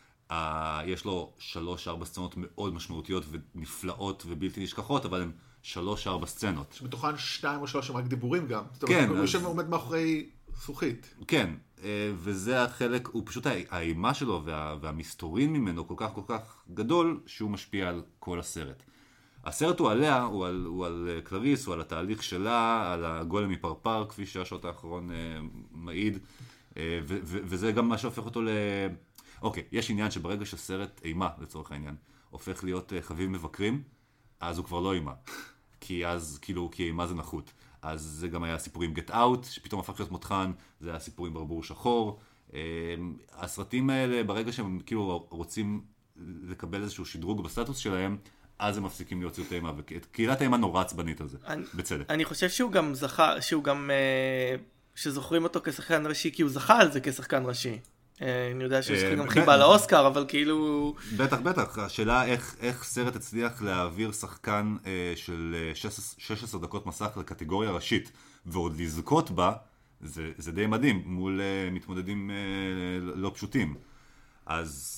יש לו 3-4 סצנות מאוד משמעותיות ונפלאות ובלתי נשכחות, אבל הן 3-4 סצנות. שבתוכן 2 או 3 הם רק דיבורים גם. כן. הוא שעומד מאחורי זכוכית. כן, וזה החלק, הוא פשוט האימה שלו והמסתורין ממנו כל כך גדול, שהוא משפיע על כל הסרט. הסרט הוא עליה, הוא על קלריס, הוא על התהליך שלה, על הגולם מפרפר, כפי שהשעות האחרון מעיד, וזה גם מה שהופך אותו אוקיי, יש עניין שברגע שסרט אימה, לצורך העניין, הופך להיות חביב מבקרים, אז הוא כבר לא אימה. כי אז, כאילו, כי אימה זה נחות. אז זה גם היה סיפורים Get Out, שפתאום הפך להיות מותחן, זה היה סיפורים ברבור שחור. הסרטים האלה, ברגע שהם כאילו רוצים לקבל איזשהו שדרוג בסטטוס שלהם, אז הם מפסיקים להיות סרטי אימה, וקהילת האימה נורא עצבנית על זה, בצדק. אני חושב שהוא גם זכה, שזוכרים אותו כשחקן ראשי, כי הוא זכה על זה כשחקן ראשי. אני יודע שיש גם חיבה לאוסקר, אבל כאילו... בטח. השאלה איך סרט הצליח להעביר שחקן של 16 דקות מסך לקטגוריה ראשית, ועוד לזכות בה, זה די מדהים, מול מתמודדים לא פשוטים. אז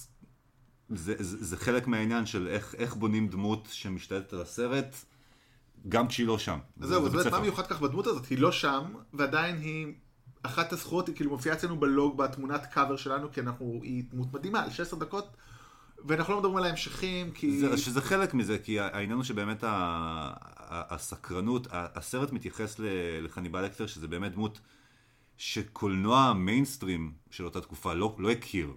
זה חלק מהעניין של איך בונים דמות שמשתלטת על הסרט, גם כשהיא לא שם. אז זהו, אז מה מיוחד כך בדמות הזאת? היא לא שם, ועדיין היא... אחת הזכויות היא כאילו מופיעה אצלנו בלוג בתמונת קאבר שלנו, כי היא דמות מדהימה, על 16 דקות, ואנחנו לא מדברים על ההמשכים, כי... שזה חלק מזה, כי העניין הוא שבאמת הסקרנות, הסרט מתייחס לחניבל לקטר, שזה באמת דמות שקולנוע המיינסטרים של אותה תקופה לא הכיר.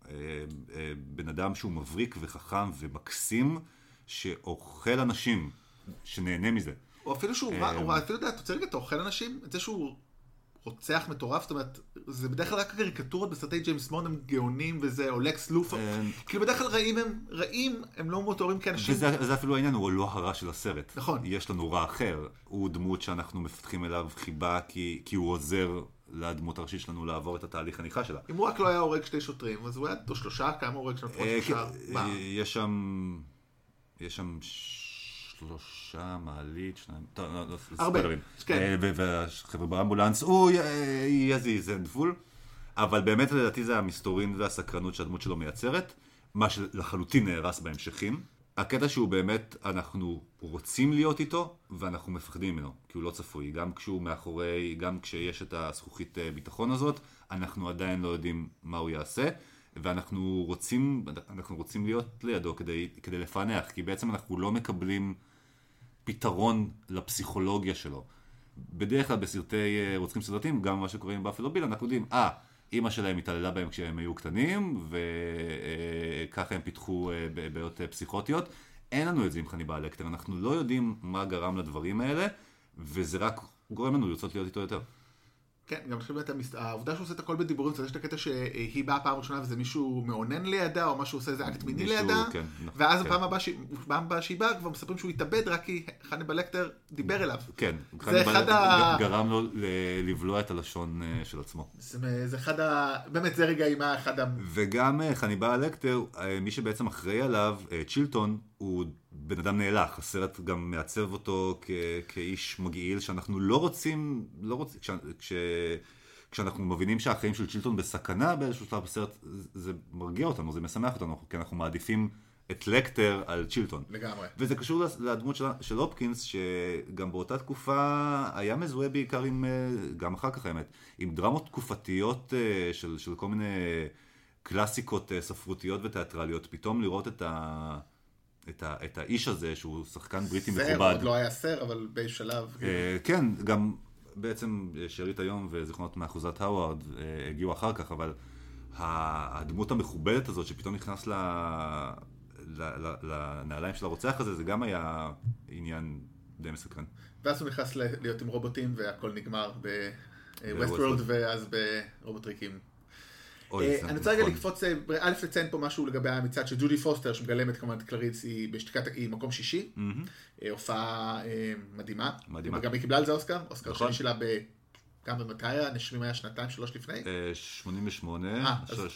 בן אדם שהוא מבריק וחכם ומקסים, שאוכל אנשים, שנהנה מזה. או אפילו שהוא אפילו אתה רוצה להגיד, אתה אוכל אנשים, את זה שהוא... רוצח מטורף, זאת אומרת, זה בדרך כלל רק קריקטורות בסרטי ג'יימס בונד הם גאונים וזה, או לקס לופר, כאילו בדרך כלל רעים, הם לא מתוארים כאנשים. וזה אפילו העניין, הוא לא הרע של הסרט. נכון. יש לנו רע אחר, הוא דמות שאנחנו מפתחים אליו חיבה, כי הוא עוזר לדמות הראשית שלנו לעבור את התהליך הניחה שלה. אם הוא רק לא היה הורג 2 שוטרים, אז הוא היה או 3, כמה הורג של לפחות 3? יש שם 3 מעלית, 2, הרבה, כן. והחבר'ה באמבולנס, הוא יזיז נפול, אבל באמת לדעתי זה המסתורין והסקרנות שהדמות שלו מייצרת, מה שלחלוטין נהרס בהמשכים. הקטע שהוא באמת, אנחנו רוצים להיות איתו, ואנחנו מפחדים ממנו, כי הוא לא צפוי. גם כשהוא מאחורי, גם כשיש את הזכוכית ביטחון הזאת, אנחנו עדיין לא יודעים מה הוא יעשה, ואנחנו רוצים להיות לידו כדי לפענח, כי בעצם אנחנו לא מקבלים פתרון לפסיכולוגיה שלו. בדרך כלל בסרטי רוצחים סדרתיים, גם מה שקורה עם בפלו ביל, אנחנו יודעים, אמא שלהם התעללה בהם כשהם היו קטנים, וככה הם פיתחו בעיות פסיכוטיות. אין לנו את זה עם חניבל לקטר, אנחנו לא יודעים מה גרם לדברים האלה, וזה רק גורם לנו לרצות להיות איתו יותר. כן, גם העובדה שהוא עושה את הכל בדיבורים, יש את הקטע שהיא באה פעם ראשונה וזה מישהו מעונן לידה, או משהו עושה איזה אקט מיני לידה, ואז פעם הבאה שהיא באה, כבר מספרים שהוא התאבד, רק כי חניבל לקטר דיבר אליו. כן, חניבל גרם לו לבלוע את הלשון של עצמו. זה אחד באמת זה רגע אימה, וגם חניבל לקטר, מי שבעצם אחראי עליו, צ'ילטון, הוא בן אדם נאלח. הסרט גם מעצב אותו כאיש מגעיל, שאנחנו לא רוצים, כשאנחנו מבינים שהחיים של צ'ילטון בסכנה באיזשהו שלב בסרט, זה מרגיע אותנו, זה משמח אותנו, כי אנחנו מעדיפים את לקטר על צ'ילטון. לגמרי. וזה קשור לדמות של הופקינס, שגם באותה תקופה היה מזוהה בעיקר עם, גם אחר כך האמת, עם דרמות תקופתיות של כל מיני קלאסיקות ספרותיות ותיאטרליות, פתאום לראות את האיש הזה, שהוא שחקן בריטי מכובד. סר, עוד לא היה סר, אבל בשלב. כן, גם בעצם שארית היום וזיכרונות מאחוזת האווארד הגיעו אחר כך, אבל הדמות המכובדת הזאת שפתאום נכנס לנעליים של הרוצח הזה, זה גם היה עניין די מסקרן. ואז הוא נכנס להיות עם רובוטים והכל נגמר בווסטוורלד ואז ברובוטריקים. אני רוצה רגע לקפוץ, א' לציין פה משהו לגבי המצעד של ג'ודי פוסטר שמגלמת כמובן את קלריץ, היא מקום שישי, הופעה מדהימה, וגם היא קיבלה על זה אוסקר שני שלה גם במתי היה, נשמים היה 2-3 לפני? 88,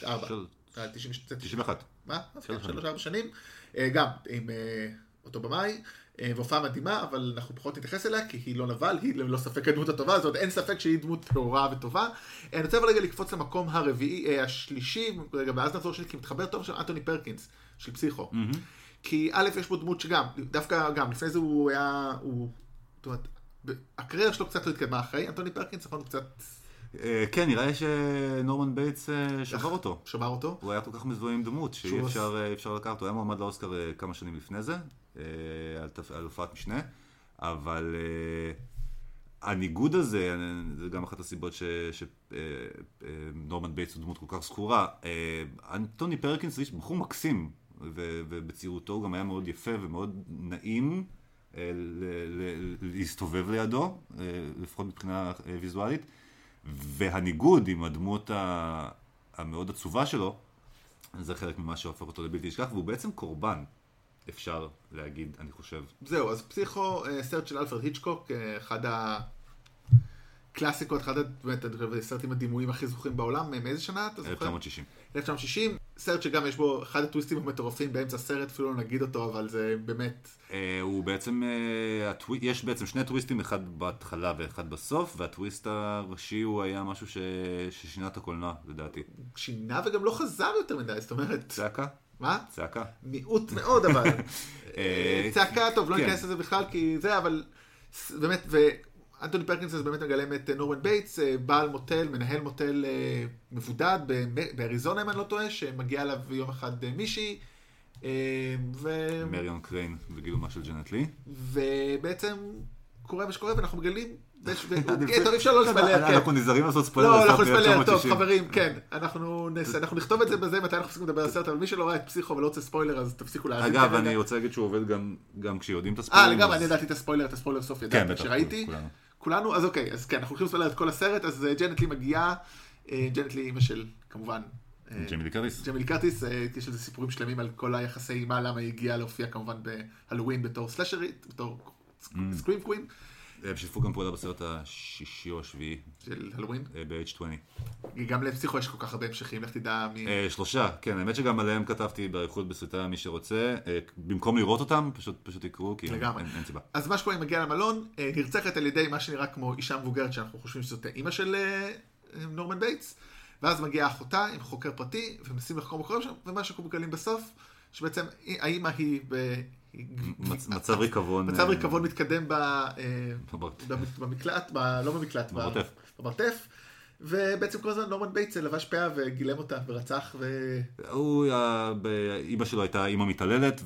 91. מה? 3-4 שנים, גם עם אותו במאי, והופעה מדהימה, אבל אנחנו פחות נתייחס אליה, כי היא לא נבל, היא לא ספק הדמות הטובה, זאת אומרת, אין ספק שהיא דמות טהורה וטובה. אני רוצה רגע לקפוץ למקום השלישי, ואז נחזור שלי, כי מתחבר טוב של אנטוני פרקינס, של פסיכו. כי א', יש בו דמות שגם, דווקא גם, לפני זה הוא היה, זאת אומרת, הקריירה שלו קצת לא התקדמה אחרי, אנטוני פרקינס, נכון, קצת... כן, נראה שנורמן בייטס שבר אותו. שבר אותו. הוא היה כל כך מזוהה עם דמות, שאי אפשר לקחת, הוא היה מועמד לאוסקר כמה שנים לפני זה. על הופעת משנה, אבל הניגוד הזה, זה גם אחת הסיבות שנורמן בייטס הוא דמות כל כך זכורה. אנטוני פרקינס הוא בחור מקסים, ובצעירותו הוא גם היה מאוד יפה ומאוד נעים להסתובב לידו, לפחות מבחינה ויזואלית, והניגוד עם הדמות המאוד עצובה שלו, זה חלק ממה שהופך אותו לבלתי נשכח, והוא בעצם קורבן. אפשר להגיד, אני חושב. זהו, אז פסיכו, סרט של אלפרד היצ'קוק, אחד הקלאסיקות, אחד הסרטים הדימויים הכי זוכים בעולם, מאיזה שנה אתה זוכר? 1960. 1960, סרט שגם יש בו אחד הטוויסטים המטורפים באמצע הסרט, אפילו לא נגיד אותו, אבל זה באמת... הוא בעצם, יש בעצם שני טוויסטים, אחד בהתחלה ואחד בסוף, והטוויסט הראשי הוא היה משהו ששינה את הקולנוע, לדעתי. שינה וגם לא חזר יותר מדי, זאת אומרת... צעקה? מה? צעקה. מיעוט מאוד, אבל. צעקה, טוב, לא ניכנס לזה בכלל, כי זה, אבל באמת, ואנטוני פרקינס אז באמת מגלם את נורמן בייטס, בעל מוטל, מנהל מוטל מבודד באריזונה, אם אני לא טועה, שמגיע אליו יום אחד מישהי, מריון קריין וגילומה של ג'נט לי. ובעצם קורה מה שקורה, ואנחנו מגלים, טוב, אפשר לא לספלר, כן. אנחנו נזהרים לעשות ספוילר. לא, אנחנו נספלר, טוב, חברים, כן. אנחנו נכתוב את זה בזה, מתי אנחנו צריכים לדבר על הסרט, אבל מי שלא ראה את פסיכו ולא רוצה ספוילר, אז תפסיקו להאזין. אגב, אני רוצה להגיד שהוא עובד גם כשיודעים את הספוילר. לגמרי, אני ידעתי את הספוילר סוף ידעתי, שראיתי. כולנו, אז אוקיי, אז כן, אנחנו הולכים לספוילר את כל הסרט, אז ג'נט לי מגיעה, ג'נט לי אמא של, כמובן, ג'יימי לי קרטיס, יש לזה סיפורים שלמים על כל היחסי אימה, למה היא הגיעה להופיע כמובן בהלווין בתור סלאשרית, בתור סקרים קווין. הם שיתפו גם פעולה בסרט השישי או השביעי. של הלווין? ב-H20. גם לפסיכו יש כל כך הרבה המשכים, לך תדע מי... 3, כן, האמת שגם עליהם כתבתי בעריכות בסרטה, מי שרוצה. במקום לראות אותם, פשוט יקראו, כי אין סיבה. אז מה שקורה, היא מגיעה למלון, נרצחת על ידי מה שנראה כמו אישה מבוגרת, שאנחנו חושבים שזאת אימא של נורמן בייטס, ואז מגיעה אחותה עם חוקר פרטי, ומנסים לחקור מה קורה שם, ומה שאנחנו מגלים בסוף, שבעצם האימא היא מצב ריקבון. מצב ריקבון מתקדם במקלט, לא במקלט, במרתף, ובעצם כל הזמן נורמן בייטס לבש פאה וגילם אותה ורצח אימא שלו הייתה אימא מתעללת,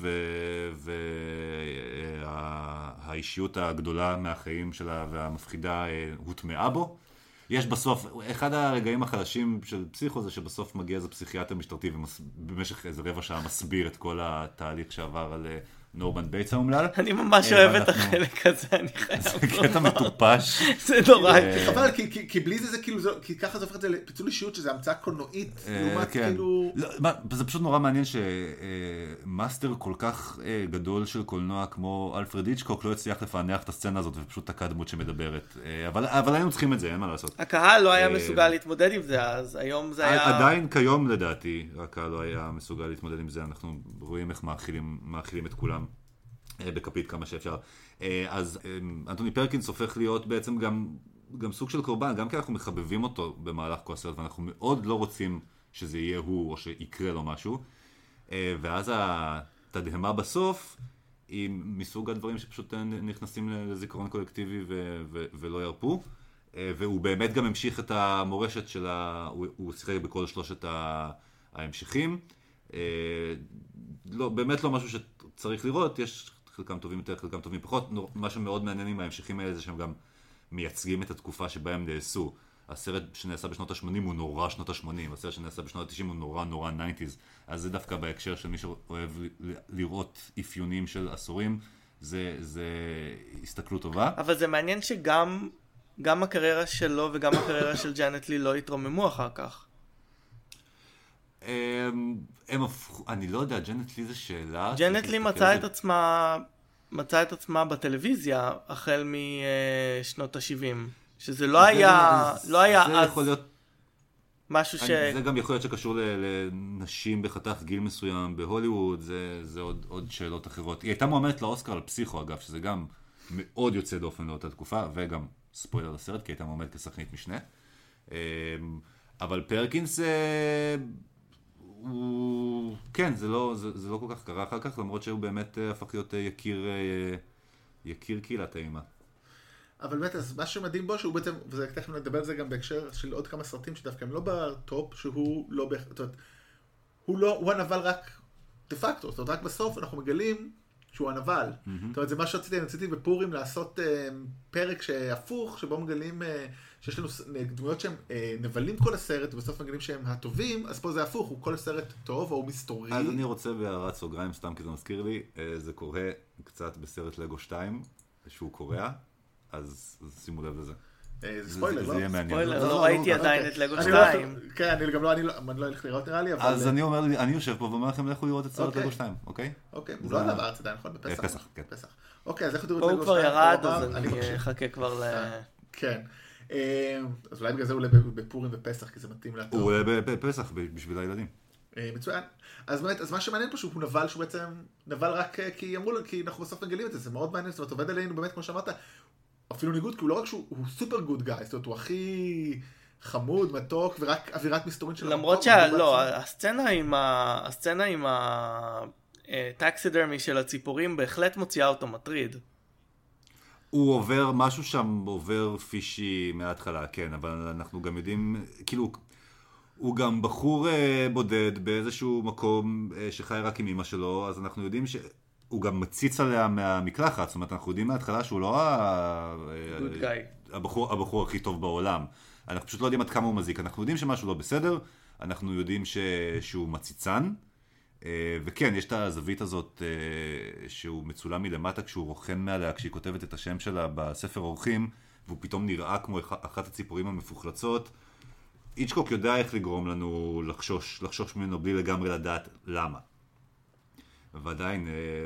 והאישיות הגדולה מהחיים שלה והמפחידה הוטמעה בו. יש בסוף, אחד הרגעים החלשים של פסיכו זה שבסוף מגיע איזה פסיכיאטר משטרתי ובמשך איזה רבע שעה מסביר את כל התהליך שעבר על נורמן בייטס האומלל. אני ממש אוהב את החלק הזה, אני חייב לומר. זה קטע מטופש. זה נורא. חבל, כי בלי זה כאילו, כי ככה זה הופך את זה לפיצול אישיות, שזה המצאה קולנועית, לעומת כאילו... זה פשוט נורא מעניין שמאסטר כל כך גדול של קולנוע כמו אלפרד היצ'קוק לא הצליח לפענח את הסצנה הזאת, ופשוט תקע דמות שמדברת. אבל היינו צריכים את זה, אין מה לעשות. הקהל לא היה מסוגל להתמודד עם זה, אז היום זה היה... עדיין כיום לדעתי, הקהל לא היה מסוגל להתמודד עם זה, אנחנו רואים איך מאכילים את כולם. בכפית כמה שאפשר. אז אנטוני פרקינס הופך להיות בעצם גם סוג של קורבן, גם כי אנחנו מחבבים אותו במהלך כל הסרט, ואנחנו מאוד לא רוצים שזה יהיה הוא או שיקרה לו משהו. ואז התדהמה בסוף היא מסוג הדברים שפשוט נכנסים לזיכרון קולקטיבי ולא ירפו. והוא באמת גם המשיך את המורשת שלה, הוא שיחק בכל שלושת ההמשכים. באמת לא משהו שצריך לראות, יש חלקם טובים יותר, חלקם טובים פחות. מה שמאוד מעניין עם ההמשכים האלה זה שהם גם מייצגים את התקופה שבה הם נעשו. הסרט שנעשה בשנות ה-80 הוא נורא שנות ה-80, הסרט שנעשה בשנות ה-90 הוא נורא 90s, אז זה דווקא בהקשר של מי שאוהב לראות אפיונים של עשורים, זה הסתכלות טובה. אבל זה מעניין שגם הקריירה שלו וגם הקריירה של ג'נט לי לא התרוממו אחר כך. אני לא יודע, ג'נט לי זה שאלה. ג'נט לי מצאה את עצמה בטלוויזיה החל משנות ה-70. שזה לא היה אז משהו זה גם יכול להיות שקשור לנשים בחתך גיל מסוים בהוליווד, זה עוד שאלות אחרות. היא הייתה מועמדת לאוסקר על פסיכו אגב, שזה גם מאוד יוצא דופן לאותה תקופה, וגם ספוילר לסרט, כי הייתה מועמדת כשחקנית משנה. אבל פרקינס, כן, זה לא כל כך קרה אחר כך, למרות שהוא באמת הפך להיות יקיר קהילת האימה. אבל באמת, אז מה שמדהים בו, שהוא בעצם, וזה תכף נדבר על זה גם בהקשר של עוד כמה סרטים שדווקא הם לא בטופ, שהוא לא, זאת אומרת, הוא הנבל רק דה פקטו, זאת אומרת, רק בסוף אנחנו מגלים שהוא הנבל. זאת אומרת, זה מה שרציתי בפורים לעשות פרק שהפוך, שבו מגלים שיש לנו דמויות שהם נבלים כל הסרט, ובסוף מגלים שהם הטובים, אז פה זה הפוך, הוא כל הסרט טוב, או הוא מסתורי. אז אני רוצה בהערת סוגריים, סתם כי זה מזכיר לי, זה קורה קצת בסרט לגו 2, שהוא קורע. אז שימו לב לזה. זה ספוילר, לא? זה יהיה מעניין. ספוילר, לא ראיתי עדיין את לגו 2. כן, אני לא הולך לראות נראה לי, אבל... אז אני אומר, אני יושב פה ואומר לכם לכו לראות את סרט לגו 2, אוקיי? אוקיי, הוא לא עלה בארץ עדיין, נכון? בפסח. פסח, כן. אוקיי, אז איך תראו את לגו 2? הוא כבר ירד, אז אני אחכה כבר ל... כן. אז אולי בגלל זה הוא עולה בפורים ופסח, כי זה מתאים להתור. הוא עולה בפסח בשביל הילדים. מצוין. אז באמת, אז מה שמעניין פה שהוא נבל, שהוא בעצם נבל רק כי אמרו לו, כי אנחנו בסוף מגלים את זה, זה מאוד מעניין, זאת אומרת, עובד עלינו באמת, כמו שאמרת, אפילו ניגוד, כי הוא לא רק שהוא סופר גוד גאי, זאת אומרת, הוא הכי חמוד, מתוק, ורק אווירת מסתורין של המקום. למרות שלא, הסצנה עם הטקסידרמי של הציפורים בהחלט מוציאה אותו מטריד. הוא עובר, משהו שם עובר פישי מההתחלה, כן, אבל אנחנו גם יודעים, כאילו, הוא גם בחור בודד באיזשהו מקום שחי רק עם אמא שלו, אז אנחנו יודעים שהוא גם מציץ עליה מהמקלחת, זאת אומרת, אנחנו יודעים מההתחלה שהוא לא הבחור הכי טוב בעולם. אנחנו פשוט לא יודעים עד כמה הוא מזיק. אנחנו יודעים שמשהו לא בסדר, אנחנו יודעים שהוא מציצן, וכן, יש את הזווית הזאת שהוא מצולם מלמטה כשהוא רוכן מעליה, כשהיא כותבת את השם שלה בספר אורחים, והוא פתאום נראה כמו אחת הציפורים המפוחלצות. היצ'קוק יודע איך לגרום לנו לחשוש ממנו בלי לגמרי לדעת למה. ועדיין,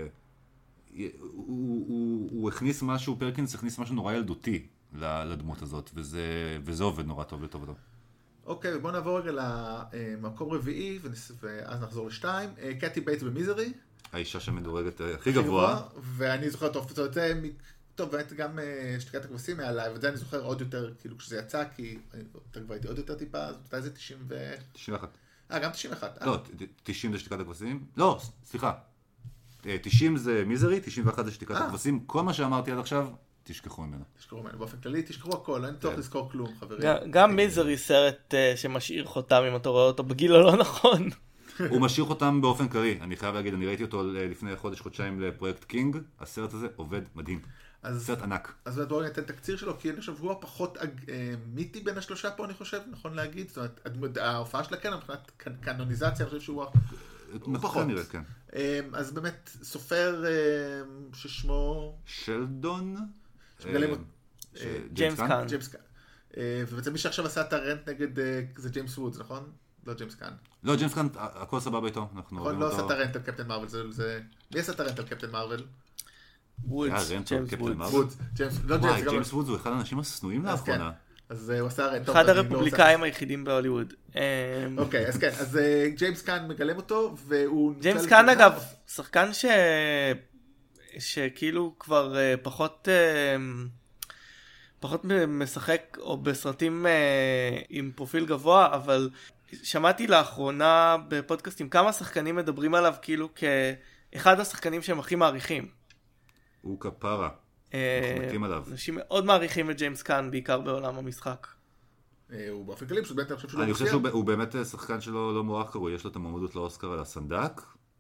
הוא הכניס משהו, פרקינס הכניס משהו נורא ילדותי לדמות הזאת, וזה עובד נורא טוב לטובתו. אוקיי, בואו נעבור רגע למקום רביעי, ואז נחזור לשתיים. קטי בייטס במיזרי. האישה שמדורגת הכי גבוה. ואני זוכר טוב, טוב, באמת גם שתיקת הכבשים מעליי, וזה אני זוכר עוד יותר, כאילו כשזה יצא, כי כבר הייתי עוד יותר טיפה, אז מתי זה 91. גם 91. לא, 90 זה שתיקת הכבשים? לא, סליחה. 90 זה מיזרי, 91 זה שתיקת הכבשים. כל מה שאמרתי עד עכשיו, תשכחו ממנו. תשכחו ממנו, באופן כללי, תשכחו הכל, אין תוך לזכור כלום, חברים. גם מיזרי סרט שמשאיר חותם אם אתה רואה אותו בגיל הלא נכון. הוא משאיר חותם באופן כללי, אני חייב להגיד, אני ראיתי אותו לפני חודש-חודשיים לפרויקט קינג, הסרט הזה עובד מדהים. סרט ענק. אז בואו ניתן תקציר שלו, כי אני חושב שהוא הפחות מיתי בין השלושה פה, אני חושב, נכון להגיד. זאת אומרת, ההופעה שלה כן, מבחינת קנוניזציה, אני חושה שהוא פחות. כן. אז באמת, סופר ששמו... שלדון? ג'יימס קאן. ובעצם מי שעכשיו עשה את הרנט נגד, זה ג'יימס וודס, נכון? לא ג'יימס קאן. לא, ג'יימס קאן, הכל סבבה איתו. נכון, לא עשה את הרנט על קפטן מרוול, מי עשה את הרנט על קפטן מרוול? וודס, ג'יימס וודס הוא אחד האנשים הסנועים לאחרונה. אז הוא עשה הרנט. אחד הרפובליקאים היחידים בהוליווד. אוקיי, אז כן, אז ג'יימס קאן מגלם אותו, והוא... ג'יימס קאן אגב, שחקן שכאילו כבר פחות משחק או בסרטים עם פרופיל גבוה, אבל שמעתי לאחרונה בפודקאסטים כמה שחקנים מדברים עליו כאילו כאחד השחקנים שהם הכי מעריכים. הוא כפרה. אנשים מאוד מעריכים את ג'יימס קאן, בעיקר בעולם המשחק. הוא באופן כללי, פשוט באמת אני חושב שהוא לא אני חושב שהוא באמת שחקן שלו לא מוערך קרוי, יש לו את המועמדות לאוסקר על הסנדק,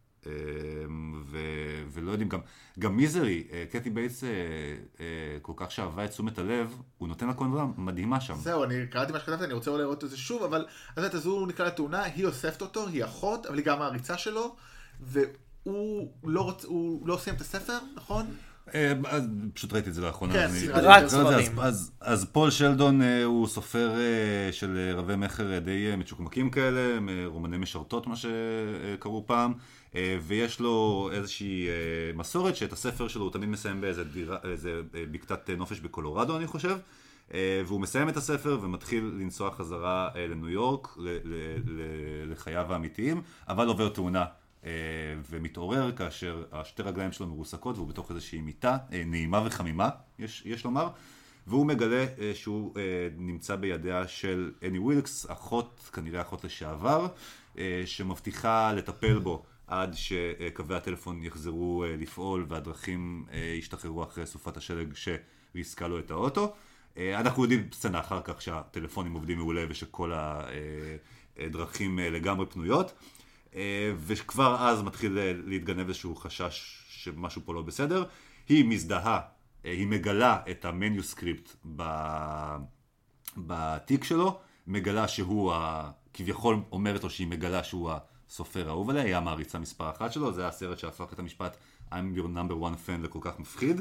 ולא יודעים, גם מיזרי, קתי בייטס כל כך שאהבה את תשומת הלב, הוא נותן לה קונדרה מדהימה שם. זהו, אני קראתי מה שכתבתי, אני רוצה אולי לראות את זה שוב, אבל אז הוא נקרא לתאונה, היא אוספת אותו, היא אחות, אבל היא גם העריצה שלו, והוא לא סיים את הספר, נכון? פשוט ראיתי את זה לאחרונה. כן, רק ספרים. אז פול שלדון הוא סופר של רבי מחר די מצ'וקמקים כאלה, רומני משרתות מה שקראו פעם, ויש לו איזושהי מסורת שאת הספר שלו הוא תמיד מסיים באיזה בקתת נופש בקולורדו אני חושב, והוא מסיים את הספר ומתחיל לנסוע חזרה לניו יורק לחייו האמיתיים, אבל עובר תאונה ומתעורר כאשר השתי רגליים שלו מרוסקות והוא בתוך איזושהי מיטה נעימה וחמימה יש לומר, והוא מגלה שהוא נמצא בידיה של אני ווילקס, אחות, כנראה אחות לשעבר, שמבטיחה לטפל בו עד שקווי הטלפון יחזרו לפעול והדרכים ישתחררו אחרי סופת השלג שריסקה לו את האוטו. אנחנו יודעים סצנה אחר כך שהטלפונים עובדים מעולה ושכל הדרכים לגמרי פנויות, וכבר אז מתחיל להתגנב איזשהו חשש שמשהו פה לא בסדר. היא מזדהה, היא מגלה את המניוסקריפט בתיק שלו, מגלה שהוא, כביכול אומרת לו שהיא מגלה שהוא הסופר האהוב עליה, היא המעריצה מספר אחת שלו, זה הסרט שהפך את המשפט I'm your number one fan לכל כך מפחיד.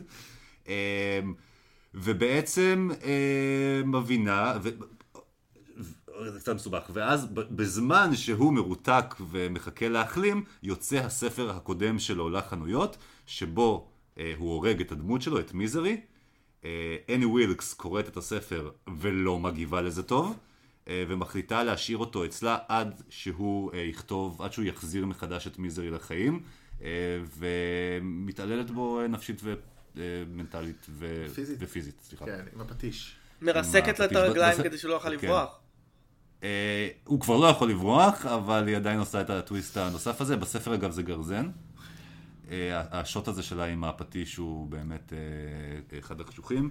ובעצם מבינה, זה קצת מסובך, ואז בזמן שהוא מרותק ומחכה להחלים, יוצא הספר הקודם שלו לחנויות, שבו הוא הורג את הדמות שלו, את מיזרי. אני ווילקס קוראת את הספר ולא מגיבה לזה טוב, ומחליטה להשאיר אותו אצלה עד שהוא יכתוב, עד שהוא יחזיר מחדש את מיזרי לחיים, ומתעללת בו נפשית ומנטלית ופיזית. סליחה. כן, עם הפטיש. מרסקת לה את הרגליים כדי שלא יוכל לברוח. הוא כבר לא יכול לברוח, אבל היא עדיין עושה את הטוויסט הנוסף הזה. בספר אגב זה גרזן. השוט הזה שלה עם הפטיש הוא באמת אחד החשוכים.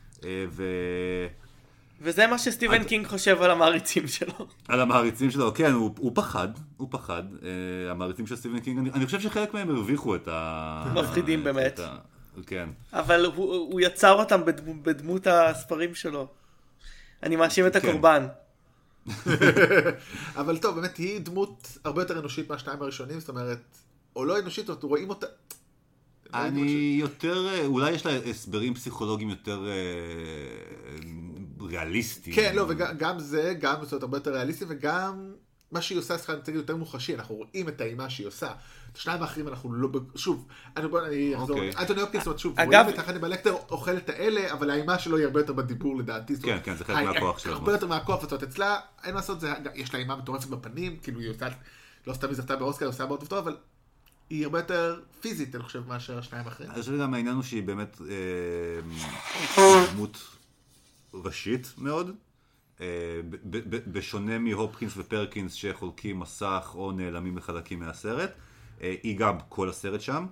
וזה מה שסטיבן קינג חושב על המעריצים שלו. על המעריצים שלו, כן, הוא פחד. המעריצים של סטיבן קינג, אני חושב שחלק מהם הרוויחו את מפחידים באמת. כן. אבל הוא יצר אותם בדמות הספרים שלו. אני מאשים את הקורבן. אבל טוב, באמת היא דמות הרבה יותר אנושית מהשניים הראשונים, זאת אומרת, או לא אנושית, זאת אומרת, רואים אותה... אני יותר, אולי יש לה הסברים פסיכולוגיים יותר ריאליסטיים. כן, לא, וגם זה, גם זאת הרבה יותר ריאליסטיים, וגם מה שהיא עושה, סליחה, נציג יותר מוחשי, אנחנו רואים את האימה שהיא עושה. את השניים האחרים אנחנו לא... שוב, אני אחזור, אנטוני הופקינס, זאת אומרת, שוב, רואים את החני בלקטר, אוכל את האלה, אבל האימה שלו היא הרבה יותר בדיבור לדעתי. כן, זה חלק מהכוח שלו. הרבה יותר מהכוח, זאת אומרת, אצלה, אין מה לעשות, יש לה אימה מטורפת בפנים, כאילו היא עושה, לא סתם היא זכתה באוסקר, היא עושה מאוד טוב, אבל היא הרבה יותר פיזית, אני חושב, מאשר השניים האחרים. אני חושב גם העניין הוא שהיא באמת דמות ראשית מאוד, בשונה מהופקינס ופרקינס שחולקים מסך או נעלמים לחלקים מהסרט, היא גם כל הסרט שם,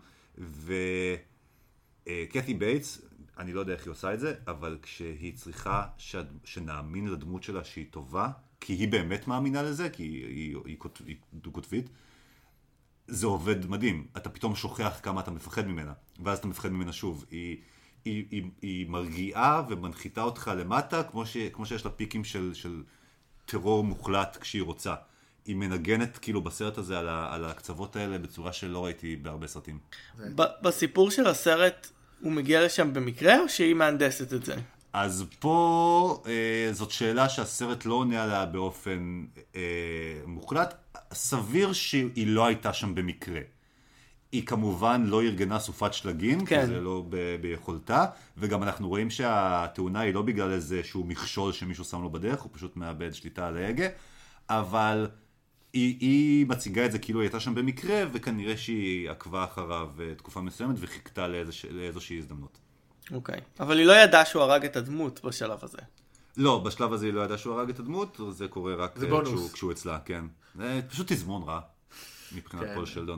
וקתי בייטס, אני לא יודע איך היא עושה את זה, אבל כשהיא צריכה שנאמין לדמות שלה שהיא טובה, כי היא באמת מאמינה לזה, כי היא דו-קוטבית, זה עובד מדהים. אתה פתאום שוכח כמה אתה מפחד ממנה, ואז אתה מפחד ממנה שוב. היא מרגיעה ומנחיתה אותך למטה, כמו שיש לה פיקים של טרור מוחלט כשהיא רוצה. היא מנגנת כאילו בסרט הזה על הקצוות האלה בצורה שלא ראיתי בהרבה סרטים. בסיפור של הסרט הוא מגיע לשם במקרה או שהיא מהנדסת את זה? אז פה זאת שאלה שהסרט לא עונה עליה באופן מוחלט. סביר שהיא לא הייתה שם במקרה. היא כמובן לא ארגנה סופת שלגים, כן. כי זה לא ביכולתה, וגם אנחנו רואים שהתאונה היא לא בגלל איזשהו מכשול שמישהו שם לו בדרך, הוא פשוט מאבד שליטה על ההגה, אבל היא מציגה את זה כאילו היא הייתה שם במקרה, וכנראה שהיא עקבה אחריו תקופה מסוימת וחיכתה לאיזושהי הזדמנות. אוקיי, אבל היא לא ידעה שהוא הרג את הדמות בשלב הזה. לא, בשלב הזה היא לא ידעה שהוא הרג את הדמות, זה קורה רק כשהוא אצלה, כן. זה פשוט תזמון רע, מבחינת פול שלדון.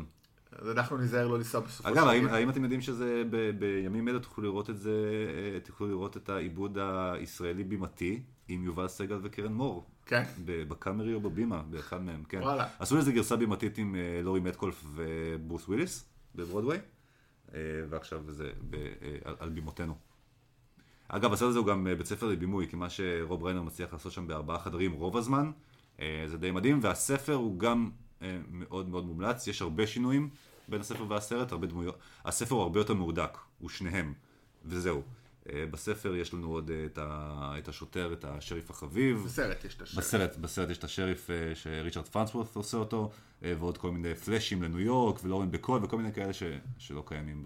אז אנחנו נזהר לא לנסוע בסופו של אגב, האם אתם יודעים שזה בימים אלה תוכלו לראות את זה, תוכלו לראות את העיבוד הישראלי בימתי עם יובל סגל וקרן מור? כן. בקאמרי או בבימה, באחד מהם, כן. וואלה. עשו לזה גרסה בימתית עם לורי מטקולף וברוס וויליס בברודווי, ועכשיו זה על בימותינו. אגב, הסרט הזה הוא גם בית ספר לבימוי, כי מה שרוב ריינר מצליח לעשות שם ב4 חדרים רוב הזמן, זה די מדהים, והספר הוא גם מאוד מאוד מומלץ, יש הרבה שינויים בין הספר והסרט, הרבה דמויות. הספר הוא הרבה יותר מהודק, הוא שניהם, וזהו. בספר יש לנו עוד את השוטר, את השריף החביב. בסרט יש את השריף. בסרט יש את השריף שריצ'רד פרנסוורת' עושה אותו, ועוד כל מיני פלאשים לניו יורק, ולורן בקול, וכל מיני כאלה שלא קיימים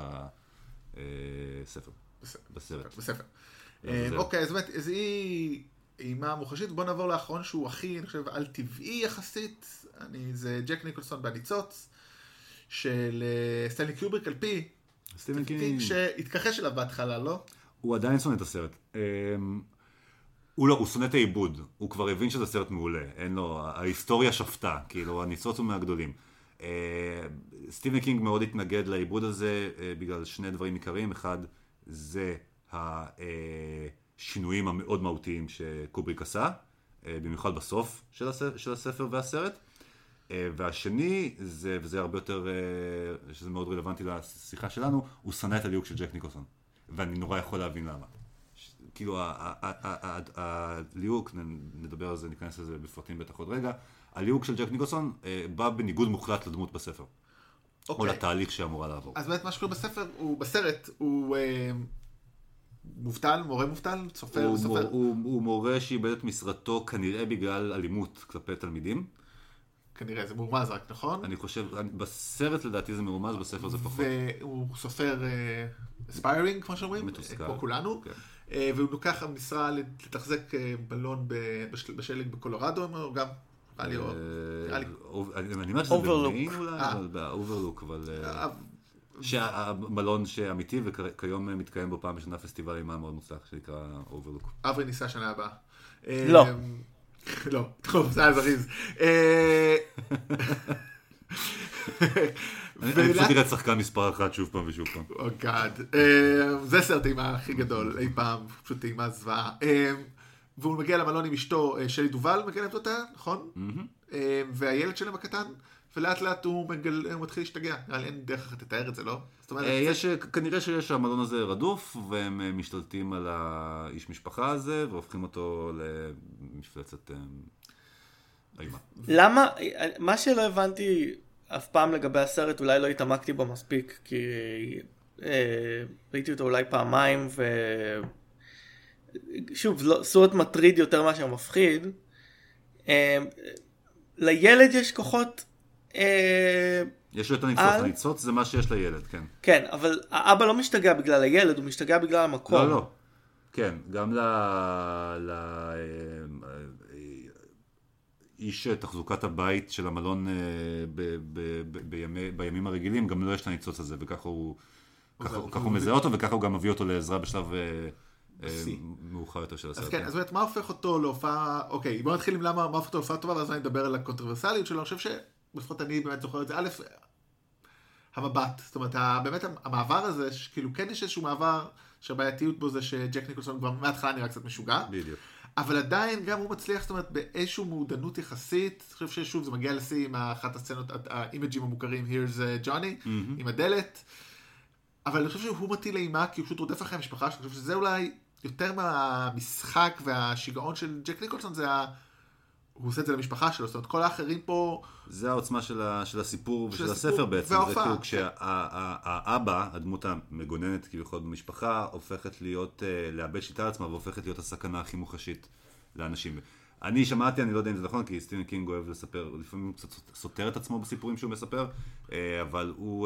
בספר. בספר. אוקיי, אז באמת, אז היא אימה מוחשית. בוא נעבור לאחרון שהוא הכי, אני חושב, על טבעי יחסית. זה ג'ק ניקולסון בניצוץ, של סטנלי קיובריק על פי סטיבן קינג שהתכחש אליו בהתחלה, לא? הוא עדיין שונא את הסרט. הוא שונא את העיבוד. הוא כבר הבין שזה סרט מעולה. אין לו, ההיסטוריה שפטה. כאילו, הניצוץ הוא מהגדולים. סטיבן קינג מאוד התנגד לעיבוד הזה בגלל שני דברים עיקריים. אחד, זה השינויים המאוד מהותיים שקובריק עשה, במיוחד בסוף של הספר והסרט. והשני, וזה הרבה יותר, שזה מאוד רלוונטי לשיחה שלנו, הוא שנא את הליהוק של ג'ק ניקולסון. ואני נורא יכול להבין למה. כאילו, הליהוק, נדבר על זה, ניכנס לזה בפרטים בטח עוד רגע, הליהוק של ג'ק ניקולסון בא בניגוד מוחלט לדמות בספר. או לתהליך שאמורה לעבור. אז באמת מה שקורה בסרט, הוא מובטל, מורה מובטל, סופר. הוא מורה שאיבד את משרתו כנראה בגלל אלימות כלפי תלמידים. כנראה, זה מורמז רק, נכון? אני חושב, בסרט לדעתי זה מורמז, בספר זה פחות. והוא סופר אספיירינג, כמו שאומרים, כמו כולנו. והוא לוקח המשרה לתחזק בלון בשלג בקולורדו, גם אני אומר שזה במיין אולי, באוברלוק, אבל שהמלון שאמיתי וכיום מתקיים בו פעם בשנה פסטיבל אימה מאוד מוצלח שנקרא אוברלוק. אברי ניסה שנה הבאה. לא. לא, טוב, זה היה זריז. אני פשוט אראה שחקן מספר אחת שוב פעם ושוב פעם. או גאד. זה סרט אימה הכי גדול אי פעם, פשוט אימה זוועה. והוא מגיע למלון עם אשתו, שלי דובל, מגלמת אותה, נכון? והילד שלהם הקטן, ולאט לאט הוא מתחיל להשתגע. אין דרך אחת לתאר את זה, לא? כנראה שיש המלון הזה רדוף, והם משתלטים על האיש משפחה הזה, והופכים אותו למפלצת אימה. למה? מה שלא הבנתי אף פעם לגבי הסרט, אולי לא התעמקתי בו מספיק, כי ראיתי אותו אולי פעמיים, שוב, סרט מטריד יותר מאשר מפחיד. לילד יש כוחות יש לו את הניצוץ, זה מה שיש לילד, כן. כן, אבל האבא לא משתגע בגלל הילד, הוא משתגע בגלל המקום. לא. כן, גם איש תחזוקת הבית של המלון בימים הרגילים, גם לא יש את הניצוץ הזה, וככה הוא מזהה אותו, וככה הוא גם מביא אותו לעזרה בשלב מאוחר יותר של הסרט. אז כן, אז באמת, מה הופך אותו להופעה, אוקיי, בוא נתחיל עם מה הופך אותו להופעה טובה, ואז אני אדבר על הקונטרוברסליות שלו, אני חושב שבפחות אני באמת זוכר את זה, א', המבט, זאת אומרת, באמת המעבר הזה, כאילו כן יש איזשהו מעבר, שהבעייתיות בו זה שג'ק ניקולסון כבר מההתחלה נראה קצת משוגע, בדיוק. אבל עדיין גם הוא מצליח, זאת אומרת, באיזשהו מעודנות יחסית, אני חושב ששוב זה מגיע לשיא עם אחת הסצנות, האימג'ים המוכרים, Here's Johnny, עם הדלת, אבל אני חושב שהוא מטיל אימה, כי הוא פשוט רודף אחרי המשפחה, שאני חושב שזה אולי יותר מהמשחק והשיגעון של ג'ק ניקולסון, זה הוא עושה את זה למשפחה שלו, זאת אומרת, כל האחרים פה... זה העוצמה של הסיפור ושל הספר בעצם. זה כאילו כשהאבא, הדמות המגוננת כביכול במשפחה, הופכת להיות, לאבד שליטה על עצמה, והופכת להיות הסכנה הכי מוחשית לאנשים. אני שמעתי, אני לא יודע אם זה נכון, כי סטיבן קינג אוהב לספר, לפעמים קצת סותר את עצמו בסיפורים שהוא מספר, אבל הוא...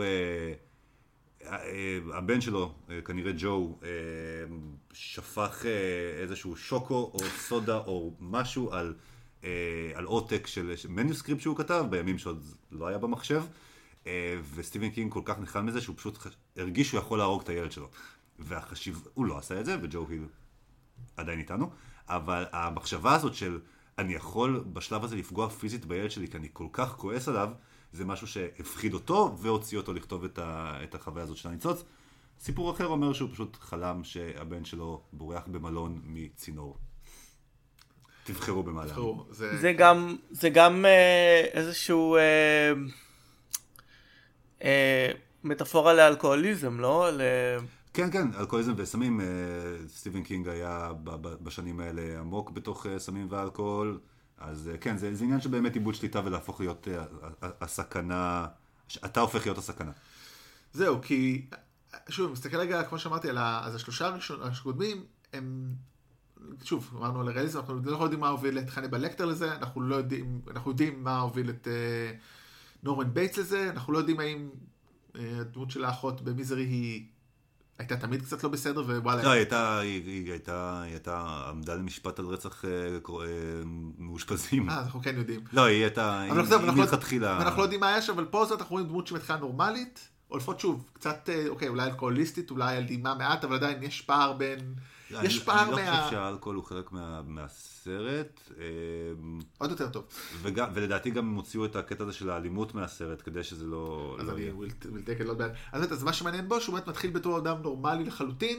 הבן שלו, כנראה ג'ו, שפך איזשהו שוקו או סודה או משהו על עותק של מניוסקריפט שהוא כתב, בימים שעוד לא היה במחשב, וסטיבן קינג כל כך נחל מזה שהוא פשוט הרגיש שהוא יכול להרוג את הילד שלו. הוא לא עשה את זה, וג'ו היל עדיין איתנו, אבל המחשבה הזאת של אני יכול בשלב הזה לפגוע פיזית בילד שלי, כי אני כל כך כועס עליו, זה משהו שהפחיד אותו והוציא אותו לכתוב את החוויה הזאת של הניצוץ. סיפור אחר אומר שהוא פשוט חלם שהבן שלו בורח במלון מצינור. תבחרו במעלה. זה גם איזשהו מטאפורה לאלכוהוליזם, לא? כן, כן, אלכוהוליזם וסמים. סטיבן קינג היה בשנים האלה עמוק בתוך סמים ואלכוהול. אז כן, זה עניין שבאמת איבוד שליטה ולהפוך להיות הסכנה, אתה הופך להיות הסכנה. זהו, כי שוב, מסתכל רגע, כמו שאמרתי, אז השלושה הקודמים הם, שוב, אמרנו על הריאליזם, אנחנו לא יודעים מה הוביל את חניבל לקטר לזה, אנחנו יודעים מה הוביל את נורמן בייטס לזה, אנחנו לא יודעים האם הדמות של האחות במיזרי היא הייתה תמיד קצת לא בסדר, ווואלה. לא, היא הייתה עמדה למשפט על רצח מאושפזים. אנחנו כן יודעים. לא, היא הייתה, היא מלכתחילה. אנחנו לא יודעים מה יש, אבל פה זאת אנחנו רואים דמות שמתחילה נורמלית, או לפחות שוב, קצת, אוקיי, אולי אלכוהוליסטית, אולי אלימה מעט, אבל עדיין יש פער בין... יש פער אני לא חושב שהאלכוהול הוא חלק מהסרט. עוד יותר טוב. ולדעתי גם הם הוציאו את הקטע הזה של האלימות מהסרט, כדי שזה לא... אז אני will take it not bad. אז מה שמעניין בו, שהוא באמת מתחיל בתור אדם נורמלי לחלוטין,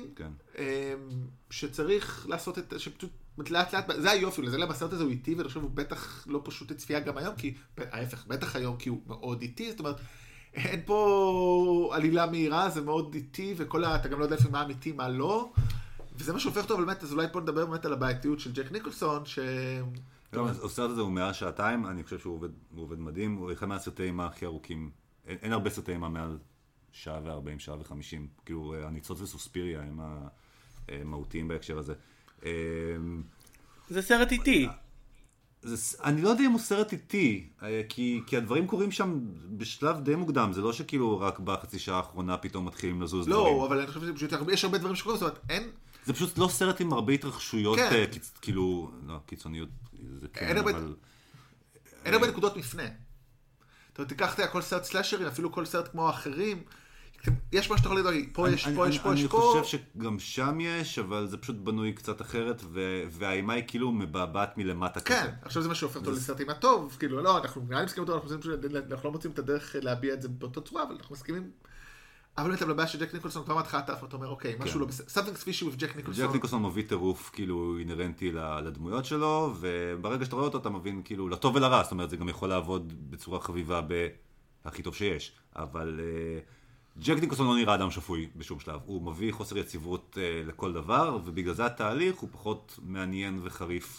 שצריך לעשות את... שפשוט לאט לאט... זה היופי, זה למה הסרט הזה הוא איטי, ואני חושב הוא בטח לא פשוט לצפייה גם היום, כי ההפך, בטח היום, כי הוא מאוד איטי, זאת אומרת, אין פה עלילה מהירה, זה מאוד איטי, אתה גם לא יודע לפעמים מה אמיתי, מה לא. וזה מה שהופך טוב, באמת, אז אולי פה נדבר באמת על הבעייתיות של ג'ק ניקולסון, הסרט הזה הוא 100 שעתיים, אני חושב שהוא עובד מדהים, הוא אחד מהסרטי אימה הכי ארוכים, אין הרבה סרטי אימה מעל שעה ו40, שעה ו50, כאילו הניצוץ וסוספיריה הם המהותיים בהקשר הזה. זה סרט איטי. אני לא יודע אם הוא סרט איטי, כי הדברים קורים שם בשלב די מוקדם, זה לא שכאילו רק בחצי שעה האחרונה פתאום מתחילים לזוז דברים. לא, אבל אני חושב שפשוט יש הרבה דברים שקורים, זאת אומרת, אין... זה פשוט לא סרט עם הרבה התרחשויות, כאילו, לא, קיצוניות, זה כן, אבל... אין הרבה נקודות מפנה. אתה יודע, תיקח כל סרט סלאשרים, אפילו כל סרט כמו האחרים, יש מה שאתה יכול לדעת, פה יש, פה יש, פה יש, פה... אני חושב שגם שם יש, אבל זה פשוט בנוי קצת אחרת, והאימה היא כאילו מבעבעת מלמטה כזה. כן, עכשיו זה מה שהופך אותו לסרט אימה טוב, כאילו, לא, אנחנו נראה לי מסכימים אותו, אנחנו לא מוצאים את הדרך להביע את זה באותה צורה, אבל אנחנו מסכימים. אבל באמת, לבעיה של ג'ק ניקולסון כבר מתחילה תף, אתה אומר, אוקיי, משהו לא בסדר, something fishy with ג'ק ניקולסון. ג'ק ניקולסון מביא טירוף, כאילו, אינרנטי לדמויות שלו, וברגע שאתה רואה אותו, אתה מבין, כאילו, לטוב ולרע, זאת אומרת, זה גם יכול לעבוד בצורה חביבה בהכי טוב שיש, אבל ג'ק ניקולסון לא נראה אדם שפוי בשום שלב, הוא מביא חוסר יציבות לכל דבר, ובגלל זה התהליך הוא פחות מעניין וחריף.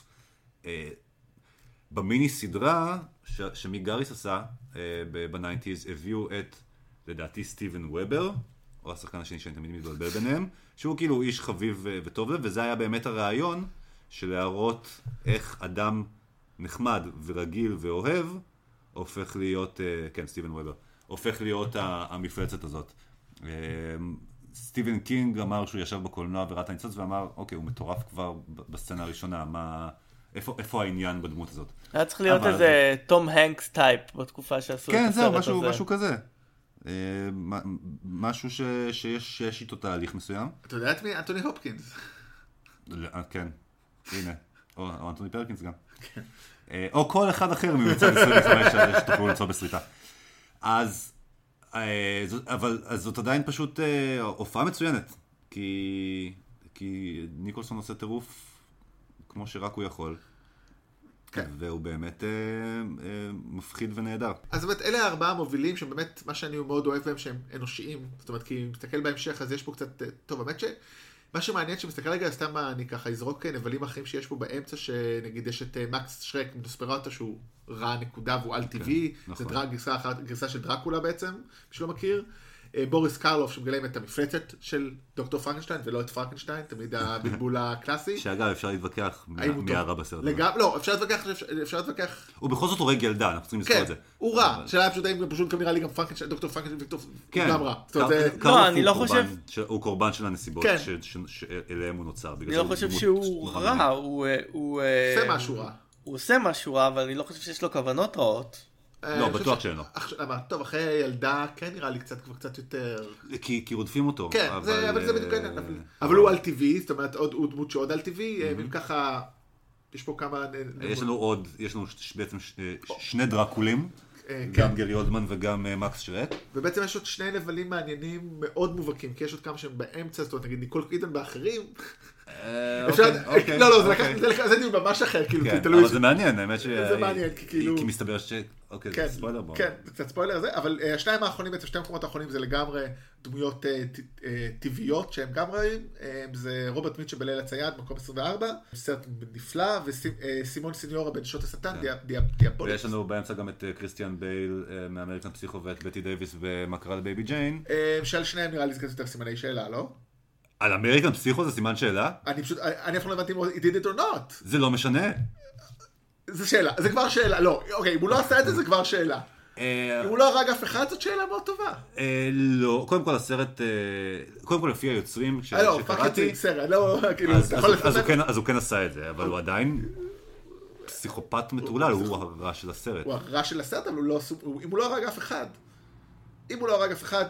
במיני סדרה שמי גאריס עשה ב-90s, הביאו את לדעתי סטיבן וובר, או השחקן השני שאני תמיד מתבלבל ביניהם, שהוא כאילו איש חביב וטוב לב, וזה היה באמת הרעיון של להראות איך אדם נחמד ורגיל ואוהב, הופך להיות, כן, סטיבן וובר, הופך להיות המפלצת הזאת. סטיבן קינג אמר שהוא ישב בקולנוע וראה את הניצוץ, ואמר, אוקיי, הוא מטורף כבר בסצנה הראשונה, איפה העניין בדמות הזאת? היה צריך להיות איזה תום הנקס טייפ בתקופה שעשו את הסרט הזה. כן, זהו, משהו כזה. משהו שיש איתו תהליך מסוים. אתה יודע את מי? אנטוני הופקינס. כן, הנה. או אנטוני פרקינס גם. או כל אחד אחר ממצד 25 שתוכלו למצוא בסריטה. אז זאת עדיין פשוט הופעה מצוינת. כי ניקולסון עושה טירוף כמו שרק הוא יכול. והוא באמת מפחיד ונהדר. אז באמת, אלה הארבעה מובילים שבאמת, מה שאני מאוד אוהב בהם שהם אנושיים. זאת אומרת, כי אם מסתכל בהמשך, אז יש פה קצת, טוב, באמת מה שמעניין שמסתכל רגע, סתם אני ככה אזרוק נבלים אחרים שיש פה באמצע, שנגיד יש את מקס שרק מדוספרטו, שהוא רע נקודה והוא על טבעי, זה גרסה של דרקולה בעצם, מי שלא מכיר. בוריס קרלוף שמגלם את המפלצת של דוקטור פרנקנשטיין ולא את פרנקנשטיין, תמיד הבלבול הקלאסי. שאגב, אפשר להתווכח מי הרע בסרט. לא, אפשר להתווכח. הוא בכל זאת הורג ילדה, אנחנו צריכים לזכור את זה. הוא רע, שאלה פשוט האם פשוט נראה לי גם דוקטור פרנקנשטיין הוא גם רע. לא, אני לא חושב... הוא קורבן של הנסיבות שאליהם הוא נוצר. אני לא חושב שהוא רע, הוא עושה משהו רע. הוא עושה משהו רע, אבל אני לא חושב שיש לו כוונות רעות. לא, בטוח שאין לו. טוב, אחרי ילדה כן נראה לי קצת יותר... כי רודפים אותו. כן, אבל זה בדיוק העניין. אבל הוא על טבעי, זאת אומרת, הוא דמות שעוד על טבעי, אם ככה, יש פה כמה... יש לנו בעצם שני דרקולים. גם גרי אולדמן וגם מקס שרק. ובעצם יש עוד שני נבלים מעניינים מאוד מובהקים, כי יש עוד כמה שהם באמצע, זאת אומרת, נגיד ניקול קידמן באחרים. לא, זה דיון ממש אחר, כאילו, תלוי. אבל זה מעניין, האמת זה מעניין, כי מסתבר ש... אוקיי, זה ספוילר בו. כן, זה קצת ספוילר זה, אבל השניים האחרונים, בעצם שתי המקומות האחרונים, זה לגמרי דמויות טבעיות שהם גם רואים. זה רוברט מיטשל בליל הצייד, מקום 24, סרט נפלא, וסימון סיניורה בן שעות השטן, דיאבוליק. ויש לנו באמצע גם את קריסטיאן בייל מאמריקן פסיכו ואת בטי דייביס ומה קרה לבייבי ג'יין. שעל שניהם נראה לי זה יותר סימני שאלה, לא? על אמריקן פסיכו זה סימן שאלה? אני אפילו לא הבנתי אם he did it or not. זה לא משנה. זה שאלה, זה כבר שאלה, לא, אוקיי, אם הוא לא עשה את זה, זה כבר שאלה. אם הוא לא הרג אף אחד, זאת שאלה מאוד טובה. לא, קודם כל הסרט, קודם כל לפי היוצרים שקראתי, אז הוא כן עשה את זה, אבל הוא עדיין פסיכופת מטורלל, הוא הרע של הסרט. הוא הרע של הסרט, אבל אם הוא לא הרג אף אחד, אם הוא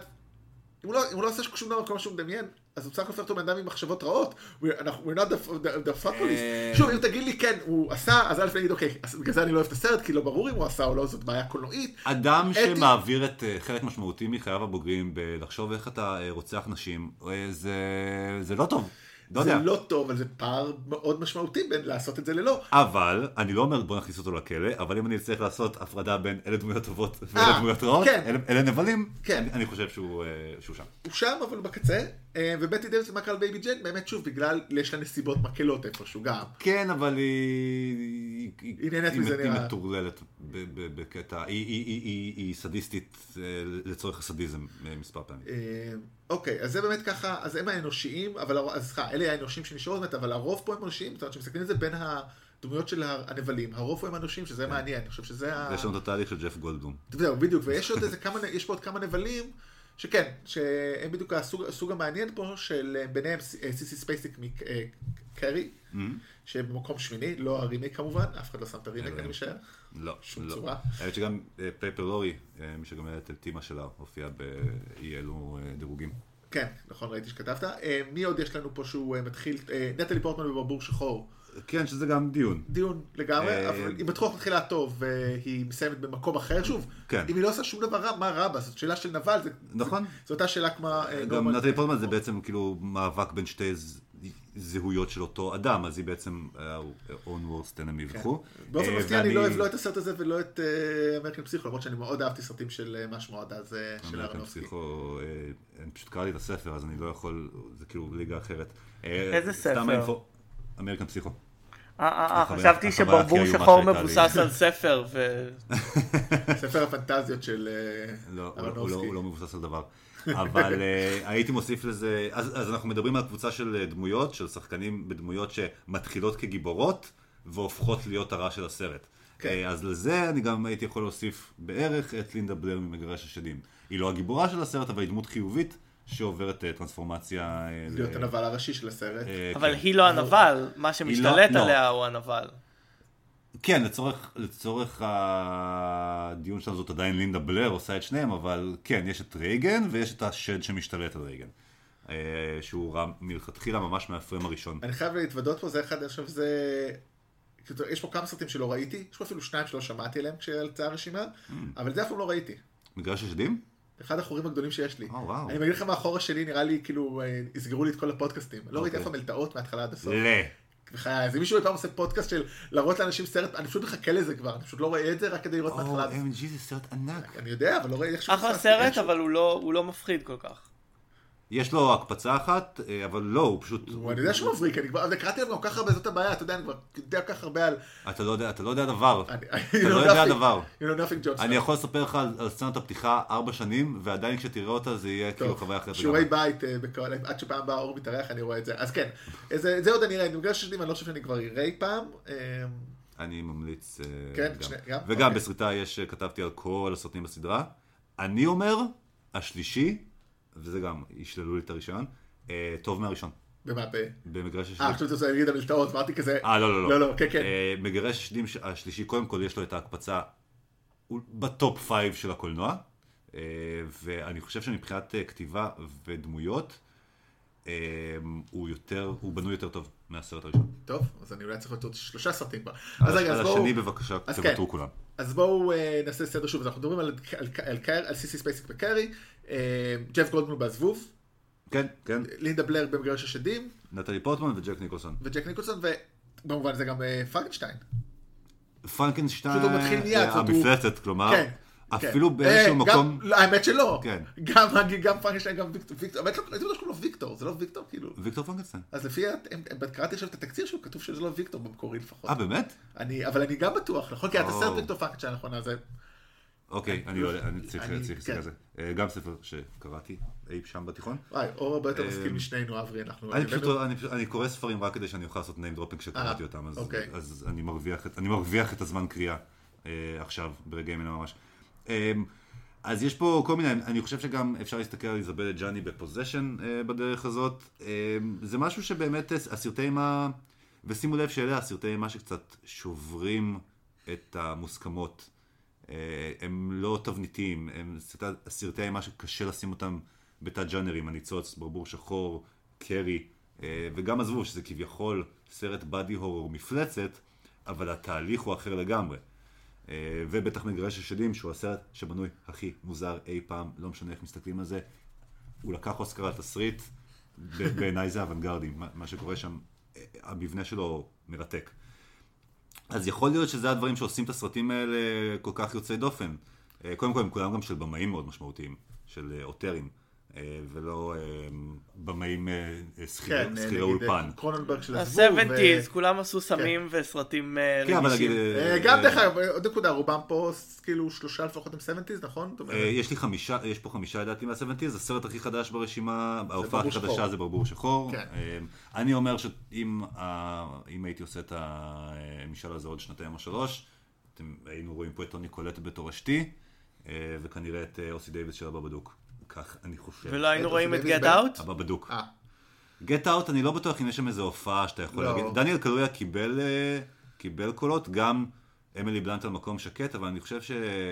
לא עושה שום דבר כל מה שהוא מדמיין, אז הוא צריך לפתח אותו בן אדם עם מחשבות רעות. We're not the fuckers. שוב, אם תגיד לי, כן, הוא עשה, אז אלף נגיד, אוקיי, בגלל זה אני לא אוהב את הסרט, כי לא ברור אם הוא עשה או לא, זאת בעיה קולנועית. אדם שמעביר את חלק משמעותי מחייו הבוגרים בלחשוב איך אתה רוצח נשים, זה לא טוב. זה לא טוב, אבל זה פער מאוד משמעותי בין לעשות את זה ללא. אבל, אני לא אומר בוא נכניס אותו לכלא, אבל אם אני צריך לעשות הפרדה בין אלה דמויות טובות ואלה דמויות רעות, אלה נבלים, אני חושב שהוא שם. הוא שם, אבל בקצה, ובטי דייביס מה קרה על בייבי ג'יין, באמת שוב, בגלל, יש לה נסיבות מקלות איפשהו גם. כן, אבל היא מטורללת בקטע, היא סדיסטית לצורך הסדיזם מספר פעמים. אוקיי, אז זה באמת ככה, אז הם האנושיים, אז אלה האנושיים שנשארו, אבל הרוב פה הם אנושיים, זאת אומרת שמסתכלים את זה בין הדמויות של הנבלים, הרוב פה הם אנושיים, שזה מעניין, אני חושב שזה יש לנו את התהליך של ג'ף גולדבלום. זהו, בדיוק, ויש עוד איזה כמה, יש פה עוד כמה נבלים, שכן, שהם בדיוק הסוג המעניין פה, של ביניהם סיסי ספייסיק מקרי, שבמקום שמיני, לא הרימיק כמובן, אף אחד לא שם את הרימיק, אני משער. לא, לא. האמת שגם פייפר לורי, מי שגם היה את טימה שלה, הופיע באי אלו דירוגים. כן, נכון, ראיתי שכתבת. מי עוד יש לנו פה שהוא מתחיל, נטלי פורטמן בברבור שחור. כן, שזה גם דיון. דיון לגמרי, אבל היא בטוח מתחילה טוב, והיא מסיימת במקום אחר, שוב. אם היא לא עושה שום דבר רע, מה רע בה? זאת שאלה של נבל, נכון. זו אותה שאלה כמו... גם נטלי פורטמן זה בעצם כאילו מאבק בין שתי זהויות של אותו אדם, אז היא בעצם own worst enemy וכו'. באופן מפתיע אני לא אוהב לא את הסרט הזה ולא את אמריקן פסיכו, למרות שאני מאוד אהבתי סרטים של משהו עד אז של אמריקן פסיכו, אני פשוט קראתי את הספר, אז אני לא יכול, זה כאילו ליגה אחרת. איזה ספר? אמריקן פסיכו. חשבתי שברבור שחור מבוסס על ספר. ספר הפנטזיות של אהרונובסקי. הוא לא מבוסס על דבר. אבל הייתי מוסיף לזה, אז אנחנו מדברים על קבוצה של דמויות, של שחקנים בדמויות שמתחילות כגיבורות והופכות להיות הרע של הסרט. אז לזה אני גם הייתי יכול להוסיף בערך את לינדה בלר ממגרש השדים. היא לא הגיבורה של הסרט, אבל היא דמות חיובית שעוברת טרנספורמציה. להיות הנבל הראשי של הסרט. אבל היא לא הנבל, מה שמשתלט עליה הוא הנבל. כן, לצורך הדיון שלנו זאת עדיין לינדה בלר עושה את שניהם, אבל כן, יש את רייגן ויש את השד שמשתלט על רייגן. שהוא רע מלכתחילה ממש מהפריים הראשון. אני חייב להתוודות פה, זה אחד, אני חושב זה... יש פה כמה סרטים שלא ראיתי, יש פה אפילו 2 שלא שמעתי עליהם כשיצאה הרשימה, אבל זה אף פעם לא ראיתי. מגרש השדים? אחד החורים הגדולים שיש לי. וואו. אני מגיד לך מהחור השני, נראה לי כאילו, הסגרו לי את כל הפודקאסטים. לא ראיתי איפה מלטעות מההתחלה עד הסוף. בחיי, אז אם מישהו פעם עושה פודקאסט של להראות לאנשים סרט, אני פשוט מחכה לזה כבר, אני פשוט לא רואה את זה רק כדי לראות מההתחלה. OMG זה סרט ענק. אני יודע, אבל לא ראיתי איך שהוא... אחלה סרט, אבל הוא לא מפחיד כל כך. יש לו הקפצה אחת, אבל לא, הוא פשוט... אני יודע שהוא מבריק, אני כבר קראתי להם גם ככה הרבה, זאת הבעיה, אתה יודע, אני כבר יודע ככה הרבה על... אתה לא יודע דבר. אתה לא יודע דבר. אני יכול לספר לך על סצנת הפתיחה 4 שנים, ועדיין כשתראה אותה זה יהיה כאילו חוויה אחרת. שיעורי בית, עד שפעם באה אור מתארח, אני רואה את זה. אז כן, זה עוד אני אראה, אני מגרש השנים, אני לא חושב שאני כבר אראה פעם. אני ממליץ גם. וגם בסריטה כתבתי על כל הסרטים בסדרה. אני אומר, השלישי, וזה גם, ישללו לי את הראשון, טוב מהראשון. במה? במגרש השדים. עכשיו אתה רוצה להגיד על מלטעות, אמרתי כזה... לא. כן. מגרש השדים השלישי, קודם כל יש לו את ההקפצה בטופ 5 של הקולנוע, ואני חושב שמבחינת כתיבה ודמויות, הוא בנוי יותר טוב מהסרט הראשון. טוב, אז אני אולי צריך להיות 3 סרטים כבר. על השני בבקשה, תוותרו כולם. אז בואו נעשה סדר שוב, אז אנחנו מדברים על סיסי ספייסיק וקרי, ג'ף גולדמן בהזבוב, כן. לינדה בלר במגרש השדים, נטלי פורטמן וג'ק ניקולסון. ובמובן זה גם פרנקנשטיין. פרנקנשטיין, המפלצת, כלומר, אפילו באיזשהו מקום... האמת שלא. גם פרנקנשטיין, גם ויקטור. האמת לא, הייתי יודע שקוראים לו ויקטור, זה לא ויקטור כאילו. ויקטור פרנקנשטיין. אז לפי, קראתי עכשיו את התקציר שלו, כתוב שזה לא ויקטור במקורי לפחות. באמת? אבל אני גם בטוח, נכון? כי את הסרט ויקטור פרנקנשטיין נכונה, זה... אוקיי, אני צריך לזה. גם ספר שקראתי אי שם בתיכון. אור הרבה יותר מסכים משנינו, אברי, אני קורא ספרים רק כדי שאני אוכל לעשות name dropping שקראתי אותם, אז אני מרוויח את הזמן קריאה עכשיו, ברגעים אלה ממש. אז יש פה כל מיני, אני חושב שגם אפשר להסתכל על איזבלה ג'אני בפוזיישן בדרך הזאת. זה משהו שבאמת הסרטי אימה, ושימו לב שאלה הסרטי אימה שקצת שוברים את המוסכמות. הם לא תבניתיים, הם סרטי אימה שקשה לשים אותם בתת ג'אנרים, הניצוץ, ברבור שחור, קרי, וגם עזבו שזה כביכול סרט בדי הורור מפלצת, אבל התהליך הוא אחר לגמרי. ובטח מגרש השדים, שהוא הסרט שבנוי הכי מוזר אי פעם, לא משנה איך מסתכלים על זה, הוא לקח אוסקר על תסריט, בעיניי זה אוונגרדי, מה שקורה שם, המבנה שלו מרתק. אז יכול להיות שזה הדברים שעושים את הסרטים האלה כל כך יוצאי דופן. קודם כל, הם כולם גם של במאים מאוד משמעותיים, של אוטרים, ולא במאים שכירי אולפן. קרוננברג של ה-70s, כולם עשו סמים וסרטים רגישים. גם דרך אגב, עוד נקודה, רובם פה כאילו 3 לפחות עם 70s, נכון? יש פה 5 לדעתי מה-70s, הסרט הכי חדש ברשימה, ההופעה הכי חדשה זה ברבור שחור. אני אומר שאם הייתי עושה את המשל הזה עוד 2 או 3, היינו רואים פה את טוני קולט בתור אשתי, וכנראה את אוסי דיוויס של הבבדוק. כך אני חושב. ולא היינו רואים את גט אאוט? הבבדוק. גט אאוט, אני לא בטוח אם יש שם איזו הופעה שאתה יכול להגיד. דניאל קלויה קיבל קולות, גם אמילי בלנט על מקום שקט, אבל אני חושב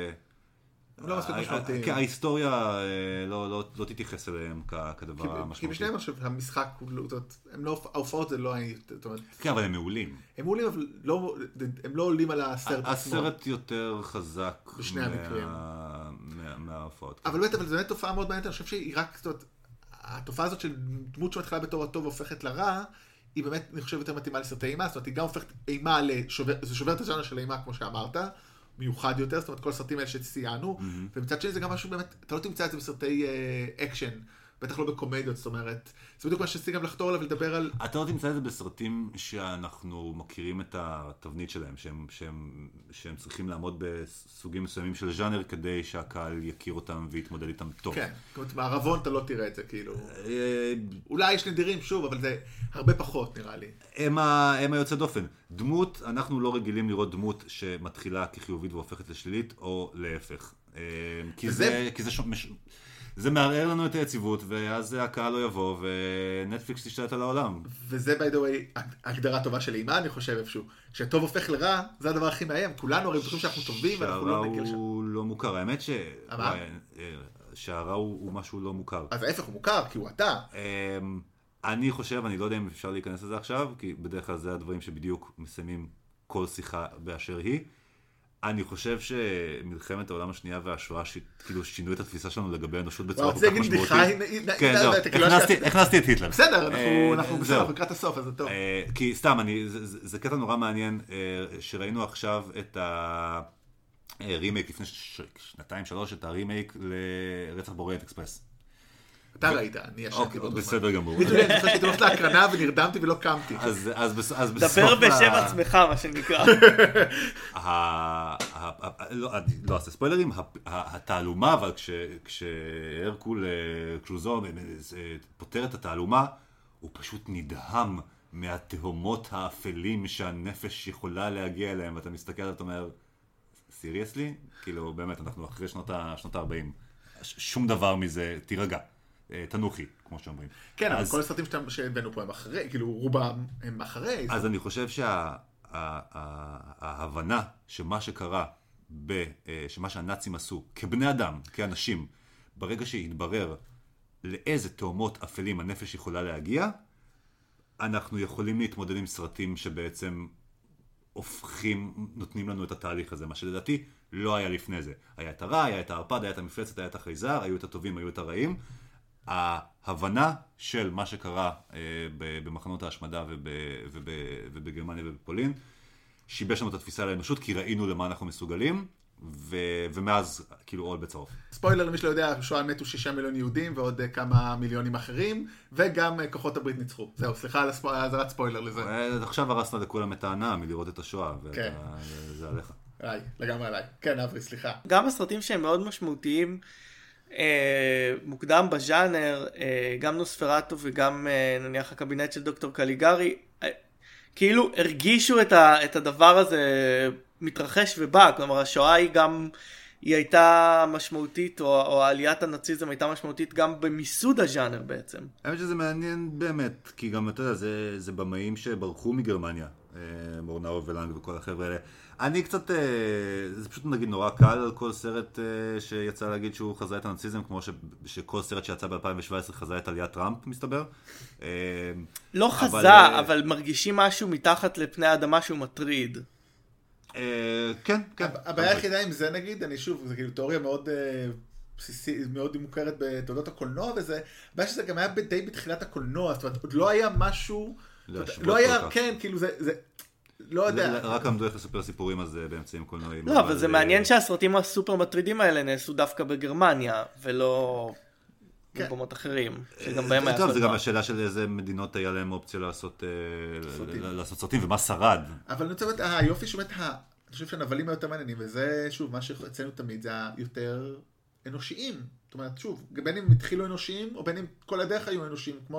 לא מספיק משמעותי. ההיסטוריה לא תתייחס אליהם כדבר משמעותי. כי בשניהם המשחק, ההופעות זה לא... כן, אבל הם מעולים. הם מעולים, אבל הם לא עולים על הסרט עצמו. הסרט יותר חזק בשני המקרים. מההופעות. אבל זו באמת תופעה מאוד מעניינת, אני חושב שהיא רק... התופעה הזאת של דמות שמתחילה בתור הטוב והופכת לרע, היא באמת, אני חושב, יותר מתאימה לסרטי אימה, זאת אומרת, היא גם הופכת אימה זה שובר את הז'אנר של אימה, כמו שאמרת, מיוחד יותר, זאת אומרת, כל הסרטים האלה שציינו, ומצד שני זה גם משהו באמת, אתה לא תמצא את זה בסרטי אקשן, בטח לא בקומדיות, זאת אומרת, זה בדיוק מה שצריך גם לחתור עליו ולדבר על... אתה לא תמצא את זה בסרטים שאנחנו מכירים את התבנית שלהם, שהם צריכים לעמוד בסוגים מסוימים של ז'אנר, כדי שהקהל יכיר אותם ויתמודד איתם טוב. כן, זאת אומרת, מערבון אתה לא תראה את זה, כאילו... אולי יש נדירים, שוב, אבל זה הרבה פחות, נראה לי. הם היוצא דופן. דמות, אנחנו לא רגילים לראות דמות שמתחילה כחיובית והופכת לשלילית, או להפך. כי זה מערער לנו את היציבות, ואז הקהל לא יבוא, ונטפליקס תשתלט על העולם. וזה, by the way, הגדרה טובה של אימה, אני חושב איפשהו. כשטוב הופך לרע, זה הדבר הכי מאיים. כולנו הרי בטוחים שאנחנו טובים, ואנחנו לא נגיע לשם. שהרע הוא לא מוכר. האמת שהרע הוא משהו לא מוכר. אז ההפך הוא מוכר, כי הוא אתה. אני חושב, אני לא יודע אם אפשר להיכנס לזה עכשיו, כי בדרך כלל זה הדברים שבדיוק מסיימים כל שיחה באשר היא. אני חושב שמלחמת העולם השנייה והשואה כאילו שינו את התפיסה שלנו לגבי האנושות בצורה כל כך משמעותית. כן, זהו, הכנסתי את היטלר. בסדר, אנחנו בסדר, לקראת הסוף, אז זה טוב. כי סתם, זה קטע נורא מעניין שראינו עכשיו את הרימייק לפני 2-3, את הרימייק לרצח באוריינט אקספרס. אתה ראית, אני ישנתי בעוד זמן. בסדר גמור. אני חושב שהייתי הולך להקרנה ונרדמתי ולא קמתי. אז בסוף... דבר בשם עצמך, מה שנקרא. לא עושה ספוילרים, התעלומה, אבל כשהרקול קלוזו פותר את התעלומה, הוא פשוט נדהם מהתהומות האפלים שהנפש יכולה להגיע אליהם, ואתה מסתכל ואתה אומר, סיריאסלי? כאילו, באמת, אנחנו אחרי שנות ה-40. שום דבר מזה, תירגע. תנוחי, כמו שאומרים. כן, אבל כל הסרטים שהבאנו פה הם אחרי, כאילו רובם הם אחרי. אז אני חושב שההבנה שמה שקרה, שמה שהנאצים עשו, כבני אדם, כאנשים, ברגע שהתברר לאיזה תאומות אפלים הנפש יכולה להגיע, אנחנו יכולים להתמודד עם סרטים שבעצם נותנים לנו את התהליך הזה, מה שלדעתי לא היה לפני זה. היה את הרע, היה את הערפד, היה את המפלצת, היה את החייזר, היו את הטובים, היו את הרעים. ההבנה של מה שקרה במחנות ההשמדה ובגרמניה ובפולין, שיבש לנו את התפיסה על האנושות, כי ראינו למה אנחנו מסוגלים, ומאז כאילו עול בצרוף. ספוילר למי שלא יודע, בשואה מתו 6 מיליון יהודים ועוד כמה מיליונים אחרים, וגם כוחות הברית ניצחו. זהו, סליחה על הזרת ספוילר לזה. עכשיו הרסת לכולם את הענה מלראות את השואה, וזה עליך. לגמרי עליי. כן, אברי, סליחה. גם הסרטים שהם מאוד משמעותיים, מוקדם בז'אנר, גם נוספרטו וגם נניח הקבינט של דוקטור קליגרי, כאילו הרגישו את הדבר הזה מתרחש ובא, כלומר השואה היא גם, היא הייתה משמעותית, או עליית הנאציזם הייתה משמעותית גם במיסוד הז'אנר בעצם. האמת שזה מעניין באמת, כי גם אתה יודע, זה במאים שברחו מגרמניה, מורנאו ולנג וכל החבר'ה האלה. אני קצת, זה פשוט נגיד נורא קל על כל סרט שיצא להגיד שהוא חזה את הנאציזם, כמו שכל סרט שיצא ב-2017 חזה את עליית טראמפ, מסתבר. לא חזה, אבל מרגישים משהו מתחת לפני האדמה שהוא מטריד. כן, כן. הבעיה היחידה עם זה נגיד, אני שוב, זה כאילו תיאוריה מאוד בסיסית, מאוד מוכרת בתולדות הקולנוע וזה, הבעיה שזה גם היה די בתחילת הקולנוע, זאת אומרת, עוד לא היה משהו, לא היה, כן, כאילו זה לא יודע. רק עמדו איך לספר סיפורים על זה באמצעים קולנועיים. לא, אבל זה מעניין שהסרטים הסופר מטרידים האלה נעשו דווקא בגרמניה, ולא במקומות אחרים, שגם בהם היה... טוב, זה גם השאלה של איזה מדינות היה להם אופציה לעשות סרטים, ומה שרד. אבל אני רוצה לומר, היופי שבאמת, אני חושב שהנבלים היותר מעניינים, וזה, שוב, מה שאצלנו תמיד, זה היותר אנושיים. זאת אומרת, שוב, בין אם התחילו אנושיים, או בין אם כל הדרך היו אנושיים, כמו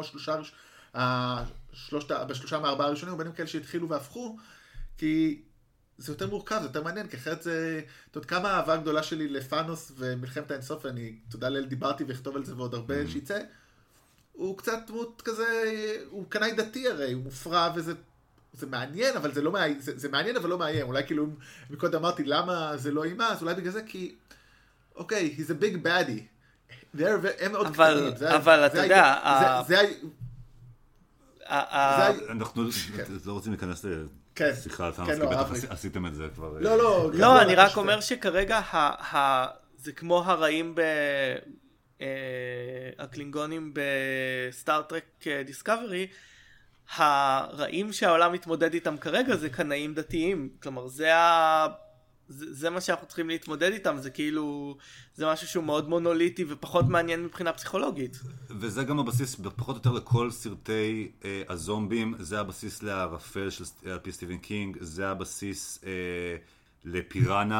בשלושה מארבעה הראשונים, ובין אם כאלה שהתחילו והפכו, כי זה יותר מורכב, זה יותר מעניין, כי אחרת זה, אתה יודע, כמה האהבה הגדולה שלי לפאנוס ומלחמת האינסוף, ואני, תודה לאל, דיברתי וכתוב על זה ועוד הרבה שיצא, הוא קצת דמות כזה, הוא קנאי דתי הרי, הוא מופרע וזה מעניין, אבל זה לא מעניין, זה מעניין אבל לא מאיים, אולי כאילו, מקודם אמרתי למה זה לא אימה, אז אולי בגלל זה, כי, אוקיי, he's a big baddie, הם מאוד קטנים, אבל אתה יודע, אנחנו לא רוצים להיכנס לשיחה על פאנוס, כי בטח עשיתם את זה כבר. לא, אני רק אומר שכרגע זה כמו הרעים הקלינגונים בסטארטרק דיסקאברי, הרעים שהעולם מתמודד איתם כרגע זה קנאים דתיים, כלומר זה מה שאנחנו צריכים להתמודד איתם, זה כאילו, זה משהו שהוא מאוד מונוליטי ופחות מעניין מבחינה פסיכולוגית. וזה גם הבסיס, פחות או יותר לכל סרטי הזומבים, זה הבסיס לערפל של על פי סטיבן קינג, זה הבסיס לפיראנה,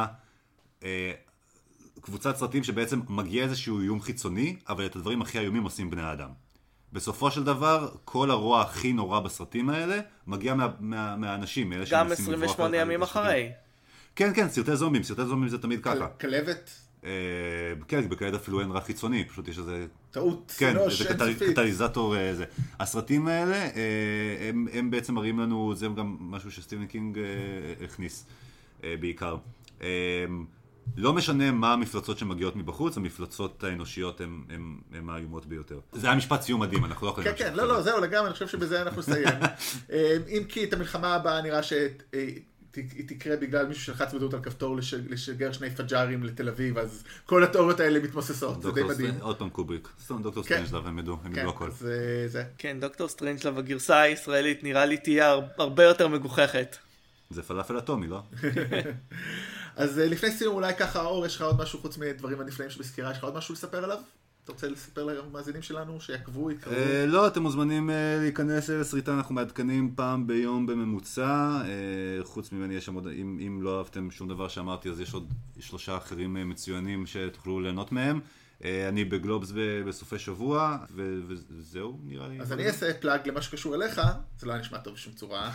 קבוצת סרטים שבעצם מגיע איזשהו איום חיצוני, אבל את הדברים הכי איומים עושים בני האדם. בסופו של דבר, כל הרוע הכי נורא בסרטים האלה מגיע מהאנשים. גם 28 ימים אחרי. כן, כן, סרטי זומבים זה תמיד ככה. כלבת? כן, בכלבת אפילו אין רע חיצוני, פשוט יש איזה... טעות, כן, זה קטליזטור, הסרטים האלה, הם בעצם מראים לנו, זה גם משהו שסטיבן קינג הכניס בעיקר. לא משנה מה המפלצות שמגיעות מבחוץ, המפלצות האנושיות הן האיומות ביותר. זה היה משפט סיום מדהים, אנחנו לא יכולים... כן, כן, לא, זהו, לגמרי, אני חושב שבזה אנחנו נסיים. אם כי את המלחמה הבאה נראה היא תקרה בגלל מישהו שלחץ בדעות על כפתור לשגר 2 פג'ארים לתל אביב, אז כל התיאוריות האלה מתמוססות, זה די מדהים. עוד פעם קובריק, דוקטור סטרנג'לב, הם ידעו הכל. כן, דוקטור סטרנג'לב, הגרסה הישראלית נראה לי תהיה הרבה יותר מגוחכת. זה פלאפל אטומי, לא? אז לפני סיום, אולי ככה, אור, יש לך עוד משהו חוץ מדברים הנפלאים שבסקירה, יש לך עוד משהו לספר עליו? אתה רוצה לספר למאזינים שלנו שיעקבו, יקראו? לא, אתם מוזמנים להיכנס לסריטה, אנחנו מעדכנים פעם ביום בממוצע, חוץ ממני יש שם עוד, אם לא אהבתם שום דבר שאמרתי, אז יש עוד 3 אחרים מצוינים שתוכלו ליהנות מהם. אני בגלובס בסופי שבוע, וזהו, נראה לי. אז אני אעשה פלאג למה שקשור אליך, זה לא נשמע טוב בשום צורה.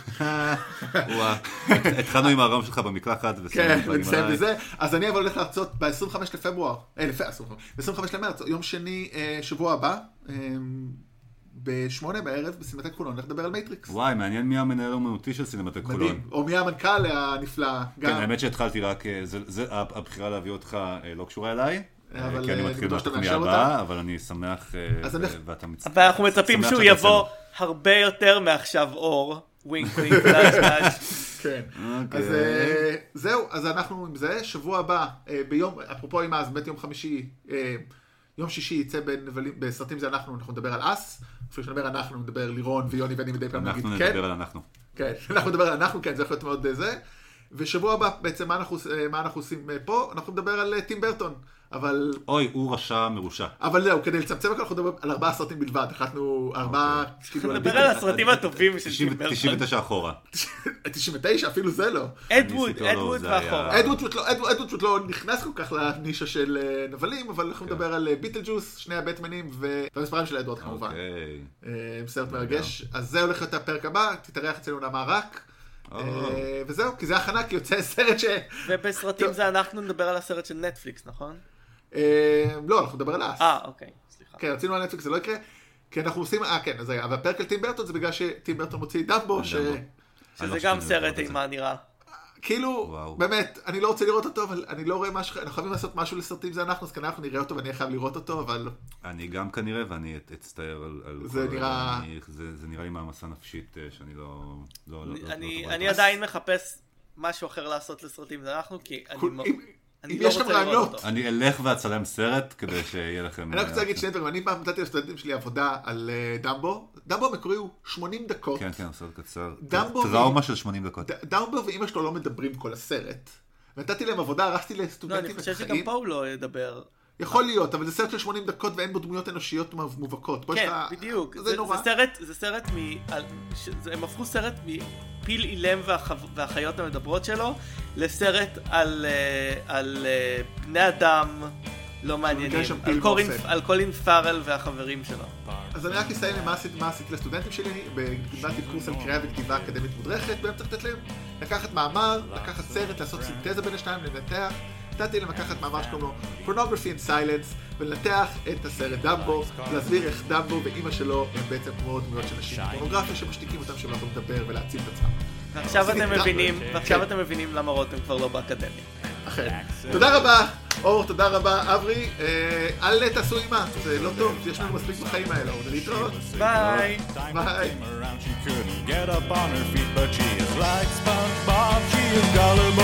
התחלנו עם הרם שלך במקלחת, כן, ונסיים בזה. אז אני אבל הולך להרצות ב-25 לפברואר, ב-25 למרץ, יום שני שבוע הבא, ב-8 בערב, בסינמטק חולון, הולך לדבר על מייטריקס. וואי, מעניין מי המנהל האומנותי של סינמטק חולון. מדהים, או מי המנכ"ל הנפלא. כן, האמת שהתחלתי רק, הבחירה להביא אותך לא קשורה אליי. כי אני מתחיל בתוכניה הבאה, אבל אני שמח, ואתה מצטער. אבל אנחנו מצפים שהוא יבוא הרבה יותר מעכשיו אור, ווינק ווינק פלאש פלאש. כן, אז זהו, אז אנחנו עם זה, שבוע הבא, ביום, אפרופו עם אז, באמת יום שישי יצא בסרטים זה אנחנו נדבר על אס, אפילו שנדבר אנחנו, נדבר לירון ויוני ואני מדי פעם נגיד כן. אנחנו נדבר על אנחנו. כן, אנחנו נדבר על אנחנו, כן, זה יכול להיות מאוד זה. ושבוע הבא, בעצם מה אנחנו עושים פה? אנחנו נדבר על טים ברטון, אבל... אוי, הוא רשע מרושע. אבל זהו, כדי לצמצם אנחנו נדבר על 4 סרטים בלבד, החלטנו 4... נדבר על הסרטים הטובים של טים ברטון. 99 אחורה. 99, אפילו זה לא. אדווד ואחורה. אדווד לא נכנס כל כך לנישה של נבלים, אבל אנחנו נדבר על ביטלג'וס, שני הבטמנים והמספרים של אדוארד כמובן. סרט מרגש. אז זה הולך להיות הפרק הבא, תתארח אצלנו למערק. וזהו, כי זה הכנה, כי יוצא סרט ש... ובסרטים זה אנחנו נדבר על הסרט של נטפליקס, נכון? לא, אנחנו נדבר על אס. אוקיי, סליחה. כן, רצינו על נטפליקס, זה לא יקרה, כי אנחנו עושים, כן, אז אבל הפרק על טים ברטון זה בגלל שטים ברטון מוציא דמבו, שזה גם סרט אימה נראה. כאילו, באמת, אני לא רוצה לראות אותו, אבל אני לא רואה משהו, אנחנו חייבים לעשות משהו לסרטים זה אנחנו, אז כנראה אנחנו נראה אותו ואני חייב לראות אותו, אבל... אני גם כנראה, ואני אצטער על... זה נראה... זה נראה לי מעמסה נפשית שאני לא... אני עדיין מחפש משהו אחר לעשות לסרטים זה אנחנו, כי אני לא רוצה לראות אותו. אני אלך ואצלם סרט כדי שיהיה לכם... אני רוצה להגיד שני דברים, אני פעם נתתי לסטודנטים שלי עבודה על דמבו, דמבו המקורי הוא 80 דקות. כן, סרט קצר. טראומה של 80 דקות. דמבו ואמא שלו לא מדברים כל הסרט. ונתתי להם עבודה, הרסתי לסטודנטים את החיים. אני חושב שגם פה הוא לא ידבר. יכול להיות, אבל זה סרט של 80 דקות ואין בו דמויות אנושיות מובהקות. כן, בדיוק. זה סרט הם הפכו סרט מפיל אילם והחיות המדברות שלו לסרט על בני אדם לא מעניינים, על קולין פארל והחברים שלו. אז אני רק אסיים עם מה עשיתי לסטודנטים שלי, בגדלתי קורס על קריאה וכתיבה אקדמית מודרכת, והם צריך לתת להם לקחת מאמר, לקחת סרט, לעשות סינתזה בין השניים, לנתח. נתתי להם לקחת מאמר שקוראים לו Pornography and Silence, ולנתח את הסרט דמבו, להסביר איך דמבו ואמא שלו הם בעצם כמו דמויות של נשים פורנוגרפיה שמשתיקים אותם שהם לא יכולים לדבר ולהציב את עצמם. ועכשיו אתם מבינים למה רותם כבר לא באקדמיה. אכן. תודה רבה, אור, תודה רבה, אברי. אל תעשו אימה, זה לא טוב, יש לנו מספיק בחיים האלה. להתראות. ביי. ביי.